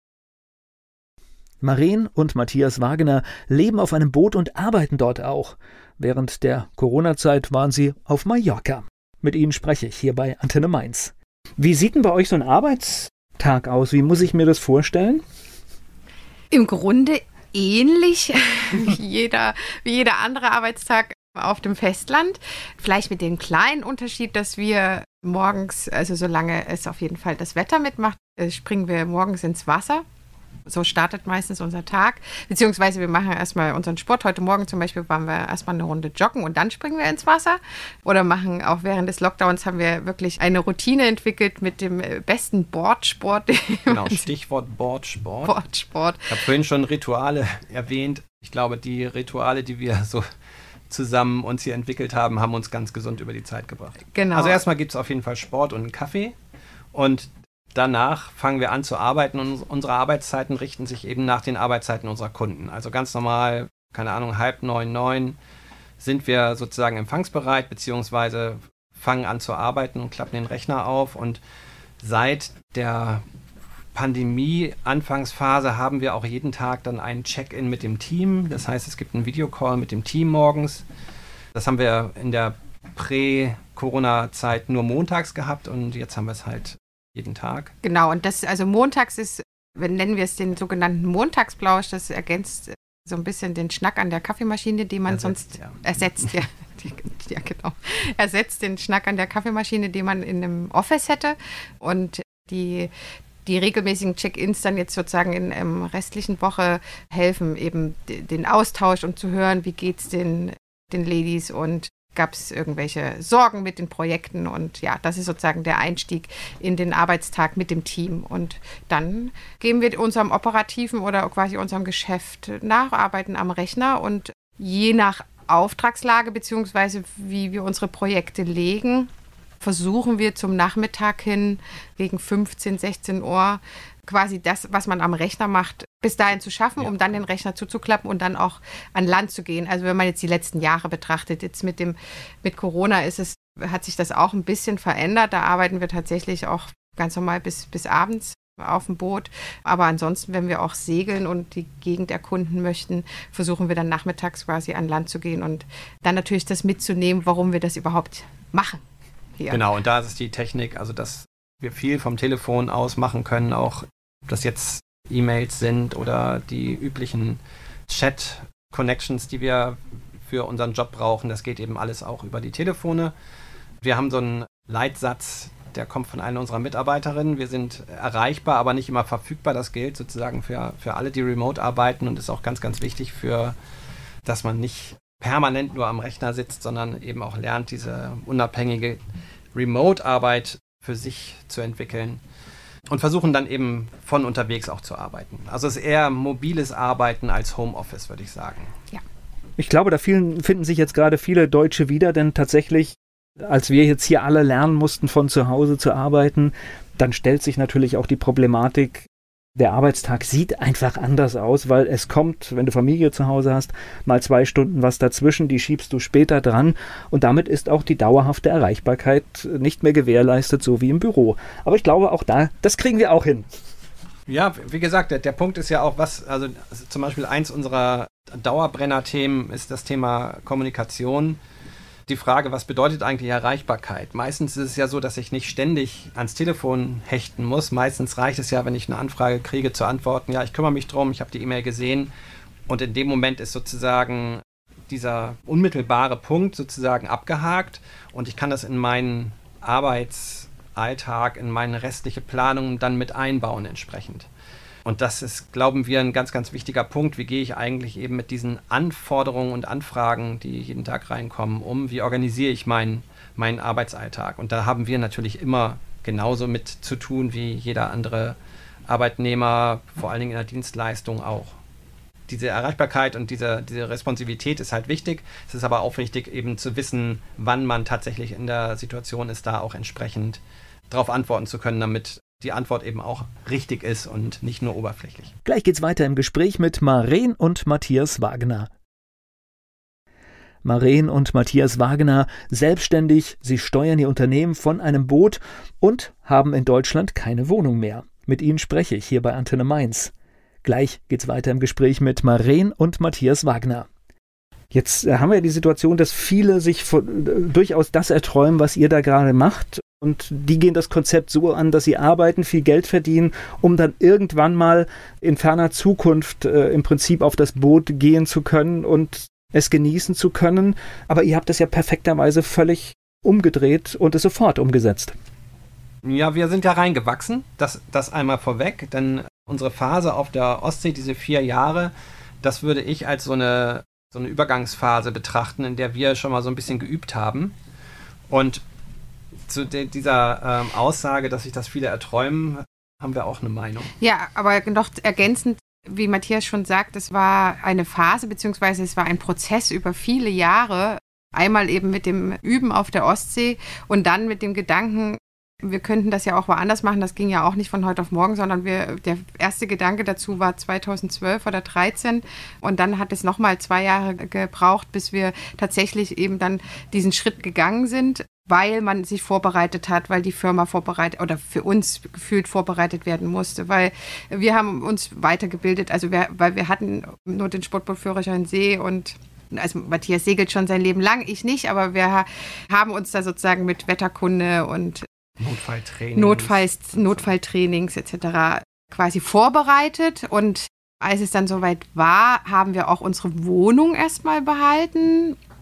Maren und Matthias Wagner leben auf einem Boot und arbeiten dort auch. Während der Corona-Zeit waren sie auf Mallorca. Mit ihnen spreche ich hier bei Antenne Mainz. Wie sieht denn bei euch so ein Arbeitstag aus? Wie muss ich mir das vorstellen? Im Grunde ähnlich wie jeder, wie jeder andere Arbeitstag auf dem Festland. Vielleicht mit dem kleinen Unterschied, dass wir morgens, also solange es auf jeden Fall das Wetter mitmacht, springen wir morgens ins Wasser. So startet meistens unser Tag. Beziehungsweise wir machen erstmal unseren Sport. Heute Morgen zum Beispiel waren wir erstmal eine Runde joggen und dann springen wir ins Wasser. Oder machen auch während des Lockdowns haben wir wirklich eine Routine entwickelt mit dem besten Boardsport. Genau, Stichwort Boardsport. Boardsport. Ich habe vorhin schon Rituale erwähnt. Ich glaube, die Rituale, die wir so zusammen uns hier entwickelt haben, haben uns ganz gesund über die Zeit gebracht. Genau. Also erstmal gibt es auf jeden Fall Sport und einen Kaffee und danach fangen wir an zu arbeiten und unsere Arbeitszeiten richten sich eben nach den Arbeitszeiten unserer Kunden. Also ganz normal, keine Ahnung, halb neun, neun sind wir sozusagen empfangsbereit, beziehungsweise fangen an zu arbeiten und klappen den Rechner auf und seit der Pandemie-Anfangsphase haben wir auch jeden Tag dann einen Check-in mit dem Team. Das heißt, es gibt einen Videocall mit dem Team morgens. Das haben wir in der Prä-Corona-Zeit nur montags gehabt und jetzt haben wir es halt jeden Tag. Genau, und das, also montags ist, nennen wir es den sogenannten Montagsplausch, das ergänzt so ein bisschen den Schnack an der Kaffeemaschine, den man Ersetzt, sonst ja. ersetzt, ja. ja genau, ersetzt den Schnack an der Kaffeemaschine, den man in einem Office hätte. Und die, die regelmäßigen Check-ins dann jetzt sozusagen in der restlichen Woche helfen, eben den Austausch und zu hören, wie geht's den, den Ladies und gab es irgendwelche Sorgen mit den Projekten. Und ja, das ist sozusagen der Einstieg in den Arbeitstag mit dem Team. Und dann gehen wir unserem operativen oder quasi unserem Geschäft nach, arbeiten am Rechner und je nach Auftragslage beziehungsweise wie wir unsere Projekte legen, versuchen wir zum Nachmittag hin gegen fünfzehn, sechzehn Uhr quasi das, was man am Rechner macht, bis dahin zu schaffen, ja. um dann den Rechner zuzuklappen und dann auch an Land zu gehen. Also wenn man jetzt die letzten Jahre betrachtet, jetzt mit dem mit Corona ist es, hat sich das auch ein bisschen verändert. Da arbeiten wir tatsächlich auch ganz normal bis, bis abends auf dem Boot. Aber ansonsten, wenn wir auch segeln und die Gegend erkunden möchten, versuchen wir dann nachmittags quasi an Land zu gehen und dann natürlich das mitzunehmen, warum wir das überhaupt machen. Hier. Genau, und da ist es die Technik, also dass wir viel vom Telefon aus machen können, auch ob das jetzt E-Mails sind oder die üblichen Chat-Connections, die wir für unseren Job brauchen. Das geht eben alles auch über die Telefone. Wir haben so einen Leitsatz, der kommt von einer unserer Mitarbeiterinnen. Wir sind erreichbar, aber nicht immer verfügbar. Das gilt sozusagen für, für alle, die remote arbeiten und ist auch ganz, ganz wichtig für, dass man nicht permanent nur am Rechner sitzt, sondern eben auch lernt, diese unabhängige Remote-Arbeit für sich zu entwickeln und versuchen dann eben von unterwegs auch zu arbeiten. Also es ist eher mobiles Arbeiten als Homeoffice, würde ich sagen. Ja. Ich glaube, da vielen, finden sich jetzt gerade viele Deutsche wieder, denn tatsächlich, als wir jetzt hier alle lernen mussten, von zu Hause zu arbeiten, dann stellt sich natürlich auch die Problematik, der Arbeitstag sieht einfach anders aus, weil es kommt, wenn du Familie zu Hause hast, mal zwei Stunden was dazwischen, die schiebst du später dran und damit ist auch die dauerhafte Erreichbarkeit nicht mehr gewährleistet, so wie im Büro. Aber ich glaube auch da, das kriegen wir auch hin. Ja, wie gesagt, der, der Punkt ist ja auch, was, also zum Beispiel eins unserer Dauerbrenner-Themen ist das Thema Kommunikation. Die Frage, was bedeutet eigentlich Erreichbarkeit? Meistens ist es ja so, dass ich nicht ständig ans Telefon hechten muss. Meistens reicht es ja, wenn ich eine Anfrage kriege, zu antworten, ja, ich kümmere mich drum, ich habe die E-Mail gesehen. Und in dem Moment ist sozusagen dieser unmittelbare Punkt sozusagen abgehakt und ich kann das in meinen Arbeitsalltag, in meine restliche Planung dann mit einbauen entsprechend. Und das ist, glauben wir, ein ganz, ganz wichtiger Punkt. Wie gehe ich eigentlich eben mit diesen Anforderungen und Anfragen, die jeden Tag reinkommen, um? Wie organisiere ich meinen, meinen Arbeitsalltag? Und da haben wir natürlich immer genauso mit zu tun wie jeder andere Arbeitnehmer, vor allen Dingen in der Dienstleistung auch. Diese Erreichbarkeit und diese, diese Responsivität ist halt wichtig. Es ist aber auch wichtig, eben zu wissen, wann man tatsächlich in der Situation ist, da auch entsprechend darauf antworten zu können, damit die Antwort eben auch richtig ist und nicht nur oberflächlich. Gleich geht's weiter im Gespräch mit Maren und Matthias Wagner. Maren und Matthias Wagner, selbstständig, sie steuern ihr Unternehmen von einem Boot und haben in Deutschland keine Wohnung mehr. Mit ihnen spreche ich hier bei Antenne Mainz. Gleich geht's weiter im Gespräch mit Maren und Matthias Wagner. Jetzt haben wir die Situation, dass viele sich von, durchaus das erträumen, was ihr da gerade macht. Und die gehen das Konzept so an, dass sie arbeiten, viel Geld verdienen, um dann irgendwann mal in ferner Zukunft äh, im Prinzip auf das Boot gehen zu können und es genießen zu können. Aber ihr habt es ja perfekterweise völlig umgedreht und es sofort umgesetzt. Ja, wir sind ja reingewachsen, das, das einmal vorweg, denn unsere Phase auf der Ostsee, diese vier Jahre, das würde ich als so eine, so eine Übergangsphase betrachten, in der wir schon mal so ein bisschen geübt haben. Und zu de- dieser ähm, Aussage, dass sich das viele erträumen, haben wir auch eine Meinung. Ja, aber noch ergänzend, wie Matthias schon sagt, es war eine Phase, beziehungsweise es war ein Prozess über viele Jahre. Einmal eben mit dem Üben auf der Ostsee und dann mit dem Gedanken, wir könnten das ja auch woanders machen. Das ging ja auch nicht von heute auf morgen, sondern wir, der erste Gedanke dazu war zweitausendzwölf oder dreizehn. Und dann hat es nochmal zwei Jahre gebraucht, bis wir tatsächlich eben dann diesen Schritt gegangen sind, weil man sich vorbereitet hat, weil die Firma vorbereitet oder für uns gefühlt vorbereitet werden musste, weil wir haben uns weitergebildet, also wir, weil wir hatten nur den Sportbootführerschein See und also Matthias segelt schon sein Leben lang, ich nicht, aber wir haben uns da sozusagen mit Wetterkunde und Notfalltrainings, Notfalls, Notfalltrainings et cetera quasi vorbereitet. Und als es dann soweit war, haben wir auch unsere Wohnung erstmal behalten.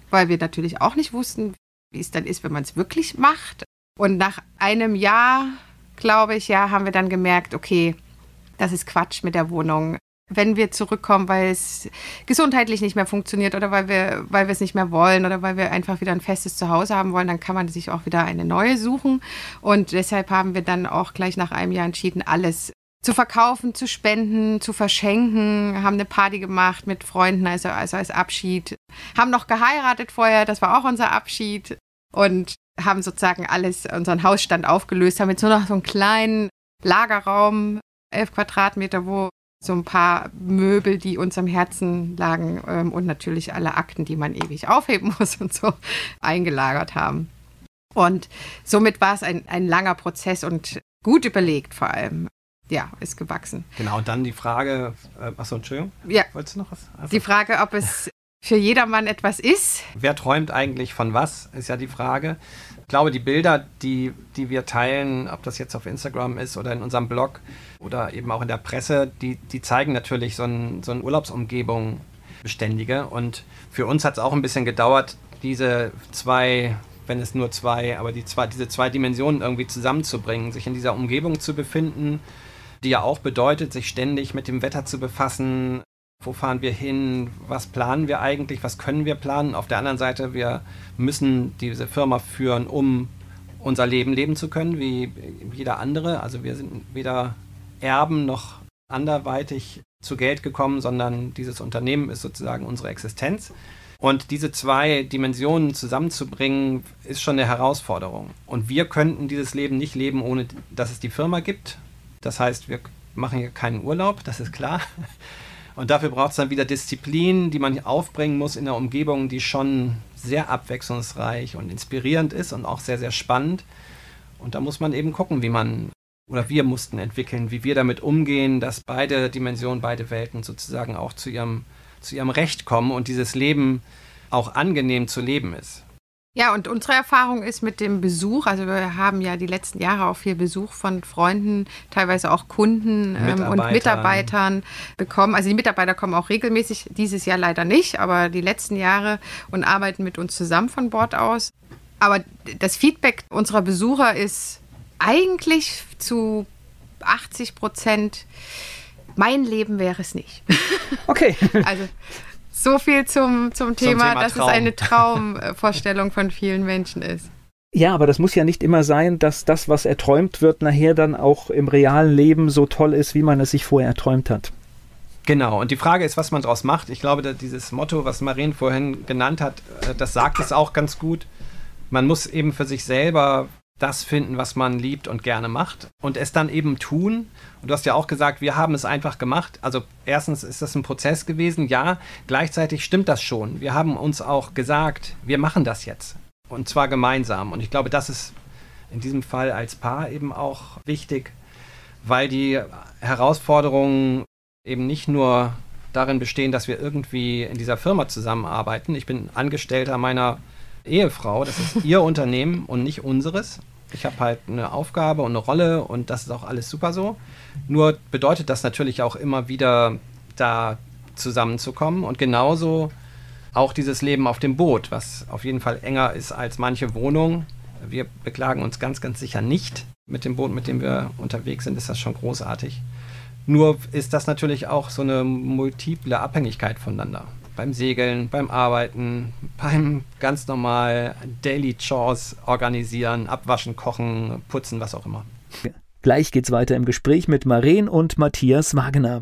weil wir natürlich auch nicht wussten, wie es dann ist, wenn man es wirklich macht. Und nach einem Jahr, glaube ich, ja, haben wir dann gemerkt, okay, das ist Quatsch mit der Wohnung. Wenn wir zurückkommen, weil es gesundheitlich nicht mehr funktioniert oder weil wir, weil wir es nicht mehr wollen oder weil wir einfach wieder ein festes Zuhause haben wollen, dann kann man sich auch wieder eine neue suchen. Und deshalb haben wir dann auch gleich nach einem Jahr entschieden, alles zu verkaufen, zu spenden, zu verschenken, haben eine Party gemacht mit Freunden, also, also als Abschied, haben noch geheiratet vorher, das war auch unser Abschied und haben sozusagen alles, unseren Hausstand aufgelöst, haben jetzt nur noch so einen kleinen Lagerraum, elf Quadratmeter, wo so ein paar Möbel, die uns am Herzen lagen ähm, und natürlich alle Akten, die man ewig aufheben muss und so, eingelagert haben. Und somit war es ein, ein langer Prozess und gut überlegt vor allem. Ja, ist gewachsen. Genau, und dann die Frage, äh, achso, Entschuldigung, ja. Wolltest du noch was? Also, die Frage, ob es für jedermann etwas ist. Wer träumt eigentlich von was, ist ja die Frage. Ich glaube, die Bilder, die, die wir teilen, ob das jetzt auf Instagram ist oder in unserem Blog oder eben auch in der Presse, die, die zeigen natürlich so, ein, so eine Urlaubsumgebung beständige. Und für uns hat es auch ein bisschen gedauert, diese zwei, wenn es nur zwei, aber die zwei, diese zwei Dimensionen irgendwie zusammenzubringen, sich in dieser Umgebung zu befinden, die ja auch bedeutet, sich ständig mit dem Wetter zu befassen. Wo fahren wir hin? Was planen wir eigentlich? Was können wir planen? Auf der anderen Seite, wir müssen diese Firma führen, um unser Leben leben zu können, wie jeder andere. Also wir sind weder Erben noch anderweitig zu Geld gekommen, sondern dieses Unternehmen ist sozusagen unsere Existenz. Und diese zwei Dimensionen zusammenzubringen, ist schon eine Herausforderung. Und wir könnten dieses Leben nicht leben, ohne dass es die Firma gibt. Das heißt, wir machen hier keinen Urlaub, das ist klar. Und dafür braucht es dann wieder Disziplin, die man aufbringen muss in einer Umgebung, die schon sehr abwechslungsreich und inspirierend ist und auch sehr, sehr spannend. Und da muss man eben gucken, wie man, oder wir mussten entwickeln, wie wir damit umgehen, dass beide Dimensionen, beide Welten sozusagen auch zu ihrem, zu ihrem Recht kommen und dieses Leben auch angenehm zu leben ist. Ja, und unsere Erfahrung ist mit dem Besuch, also wir haben ja die letzten Jahre auch viel Besuch von Freunden, teilweise auch Kunden ähm, und Mitarbeitern bekommen. Also die Mitarbeiter kommen auch regelmäßig, dieses Jahr leider nicht, aber die letzten Jahre und arbeiten mit uns zusammen von Bord aus. Aber das Feedback unserer Besucher ist eigentlich zu achtzig Prozent, mein Leben wäre es nicht. Okay. Also so viel zum, zum, Thema, Thema dass Traum. es eine Traumvorstellung von vielen Menschen ist. Ja, aber das muss ja nicht immer sein, dass das, was erträumt wird, nachher dann auch im realen Leben so toll ist, wie man es sich vorher erträumt hat. Genau, und die Frage ist, was man daraus macht. Ich glaube, dieses Motto, was Maren vorhin genannt hat, das sagt es auch ganz gut. Man muss eben für sich selber das finden, was man liebt und gerne macht und es dann eben tun. Und du hast ja auch gesagt, wir haben es einfach gemacht. Also erstens ist das ein Prozess gewesen, ja, gleichzeitig stimmt das schon. Wir haben uns auch gesagt, wir machen das jetzt und zwar gemeinsam. Und ich glaube, das ist in diesem Fall als Paar eben auch wichtig, weil die Herausforderungen eben nicht nur darin bestehen, dass wir irgendwie in dieser Firma zusammenarbeiten. Ich bin Angestellter meiner Ehefrau, das ist ihr Unternehmen und nicht unseres. Ich habe halt eine Aufgabe und eine Rolle und das ist auch alles super so. Nur bedeutet das natürlich auch immer wieder, da zusammenzukommen und genauso auch dieses Leben auf dem Boot, was auf jeden Fall enger ist als manche Wohnung. Wir beklagen uns ganz, ganz sicher nicht. Mit dem Boot, mit dem wir unterwegs sind, ist das schon großartig. Nur ist das natürlich auch so eine multiple Abhängigkeit voneinander. Beim Segeln, beim Arbeiten, beim ganz normal Daily Chores organisieren, abwaschen, kochen, putzen, was auch immer. Gleich geht's weiter im Gespräch mit Maren und Matthias Wagener.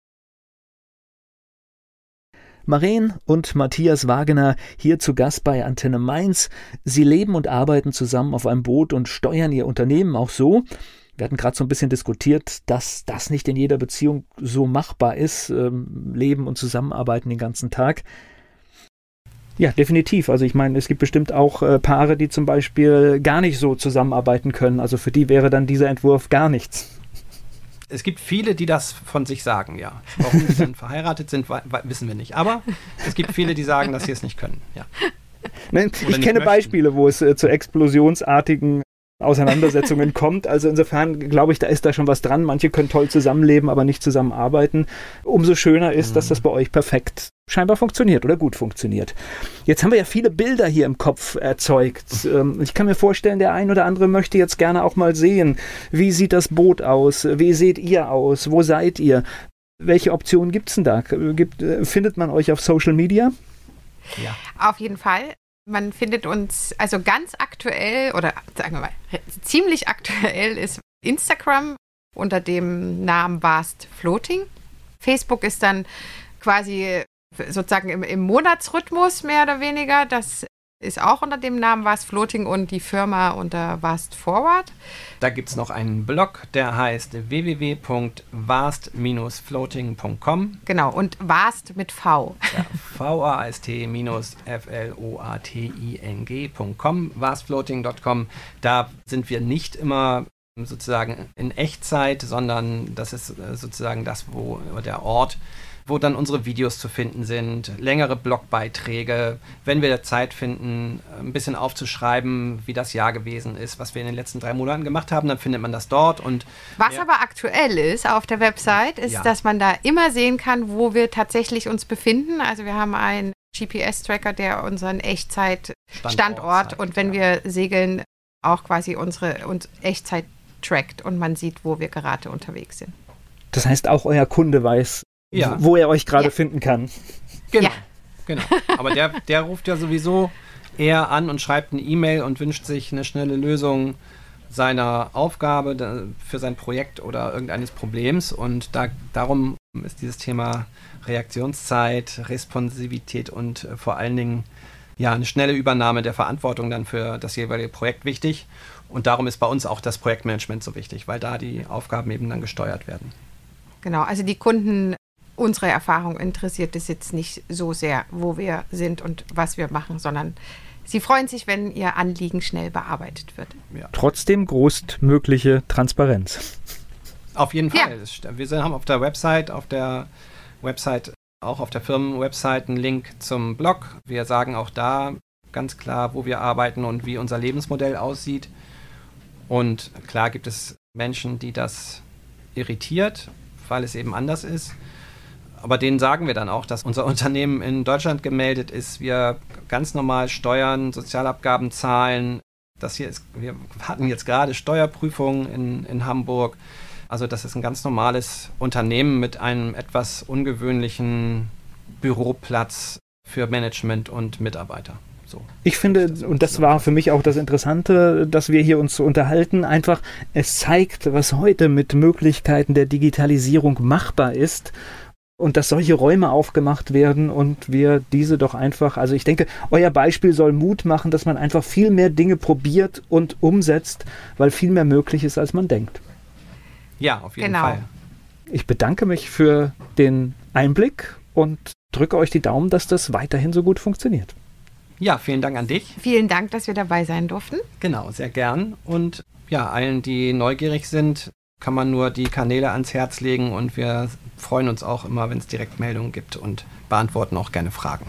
Maren und Matthias Wagener hier zu Gast bei Antenne Mainz. Sie leben und arbeiten zusammen auf einem Boot und steuern ihr Unternehmen auch so. Wir hatten gerade so ein bisschen diskutiert, dass das nicht in jeder Beziehung so machbar ist, ähm, leben und zusammenarbeiten den ganzen Tag. Ja, definitiv. Also ich meine, es gibt bestimmt auch äh, Paare, die zum Beispiel gar nicht so zusammenarbeiten können. Also für die wäre dann dieser Entwurf gar nichts. Es gibt viele, die das von sich sagen, ja. Warum sie dann verheiratet sind, wissen wir nicht. Aber es gibt viele, die sagen, dass sie es nicht können, ja. Nein, ich kenne möchten. Beispiele, wo es äh, zu explosionsartigen Auseinandersetzungen kommt. Also insofern glaube ich, da ist da schon was dran. Manche können toll zusammenleben, aber nicht zusammenarbeiten. Umso schöner ist, mhm. dass das bei euch perfekt scheinbar funktioniert oder gut funktioniert. Jetzt haben wir ja viele Bilder hier im Kopf erzeugt. Ich kann mir vorstellen, der ein oder andere möchte jetzt gerne auch mal sehen, wie sieht das Boot aus? Wie seht ihr aus? Wo seid ihr? Welche Optionen gibt es denn da? Gibt, findet man euch auf Social Media? Ja. Auf jeden Fall. Man findet uns, also ganz aktuell oder sagen wir mal, ziemlich aktuell ist Instagram unter dem Namen Vast Floating. Facebook ist dann quasi sozusagen im, im Monatsrhythmus mehr oder weniger. Das ist auch unter dem Namen Vast Floating und die Firma unter Vast Forward. Da gibt es noch einen Blog, der heißt w w w punkt vast dash floating punkt com. Genau, und Vast mit V. Ja, V A S T F L O A T I N G punkt com, vast floating punkt com. Da sind wir nicht immer sozusagen in Echtzeit, sondern das ist sozusagen das, wo der Ort, wo dann unsere Videos zu finden sind, längere Blogbeiträge, wenn wir Zeit finden, ein bisschen aufzuschreiben, wie das Jahr gewesen ist, was wir in den letzten drei Monaten gemacht haben, dann findet man das dort. Und was aber aktuell ist auf der Website, ist, ja. dass man da immer sehen kann, wo wir tatsächlich uns befinden. Also wir haben einen G P S-Tracker, der unseren Echtzeit-Standort und wenn ja. wir segeln, auch quasi unsere uns Echtzeit trackt und man sieht, wo wir gerade unterwegs sind. Das heißt, auch euer Kunde weiß, ja. wo er euch gerade ja. finden kann. Genau, ja. genau. Aber der, der ruft ja sowieso eher an und schreibt eine E-Mail und wünscht sich eine schnelle Lösung seiner Aufgabe für sein Projekt oder irgendeines Problems. Und da, darum ist dieses Thema Reaktionszeit, Responsivität und äh, vor allen Dingen ja, eine schnelle Übernahme der Verantwortung dann für das jeweilige Projekt wichtig. Und darum ist bei uns auch das Projektmanagement so wichtig, weil da die Aufgaben eben dann gesteuert werden. Genau, also die Kunden, unsere Erfahrung interessiert es jetzt nicht so sehr, wo wir sind und was wir machen, sondern sie freuen sich, wenn ihr Anliegen schnell bearbeitet wird. Ja. Trotzdem größtmögliche Transparenz. Auf jeden Fall. Ja. Wir haben auf der Website, auf der Website, auch auf der Firmenwebsite einen Link zum Blog. Wir sagen auch da ganz klar, wo wir arbeiten und wie unser Lebensmodell aussieht. Und klar gibt es Menschen, die das irritiert, weil es eben anders ist. Aber denen sagen wir dann auch, dass unser Unternehmen in Deutschland gemeldet ist, wir ganz normal Steuern, Sozialabgaben zahlen. Das hier ist, wir hatten jetzt gerade Steuerprüfungen in, in Hamburg. Also das ist ein ganz normales Unternehmen mit einem etwas ungewöhnlichen Büroplatz für Management und Mitarbeiter. So. Ich finde, und das war für mich auch das Interessante, dass wir hier uns unterhalten, einfach, es zeigt, was heute mit Möglichkeiten der Digitalisierung machbar ist und dass solche Räume aufgemacht werden und wir diese doch einfach, also ich denke, euer Beispiel soll Mut machen, dass man einfach viel mehr Dinge probiert und umsetzt, weil viel mehr möglich ist, als man denkt. Ja, auf jeden genau. Fall. Ich bedanke mich für den Einblick und drücke euch die Daumen, dass das weiterhin so gut funktioniert. Ja, vielen Dank an dich. Vielen Dank, dass wir dabei sein durften. Genau, sehr gern. Und ja, allen, die neugierig sind, kann man nur die Kanäle ans Herz legen und wir freuen uns auch immer, wenn es Direktmeldungen gibt und beantworten auch gerne Fragen.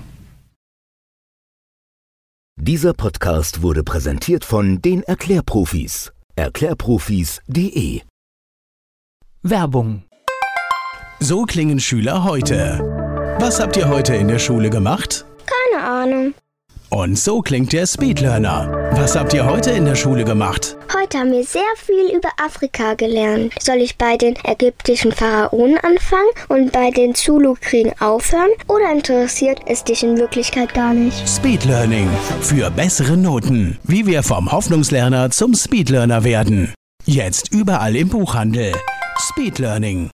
Dieser Podcast wurde präsentiert von den Erklärprofis. Erklärprofis punkt de Werbung. So klingen Schüler heute. Was habt ihr heute in der Schule gemacht? Keine Ahnung. Und so klingt der Speedlearner. Was habt ihr heute in der Schule gemacht? Heute haben wir sehr viel über Afrika gelernt. Soll ich bei den ägyptischen Pharaonen anfangen und bei den Zulu-Kriegen aufhören? Oder interessiert es dich in Wirklichkeit gar nicht? Speedlearning. Für bessere Noten. Wie wir vom Hoffnungslerner zum Speedlearner werden. Jetzt überall im Buchhandel. Speedlearning.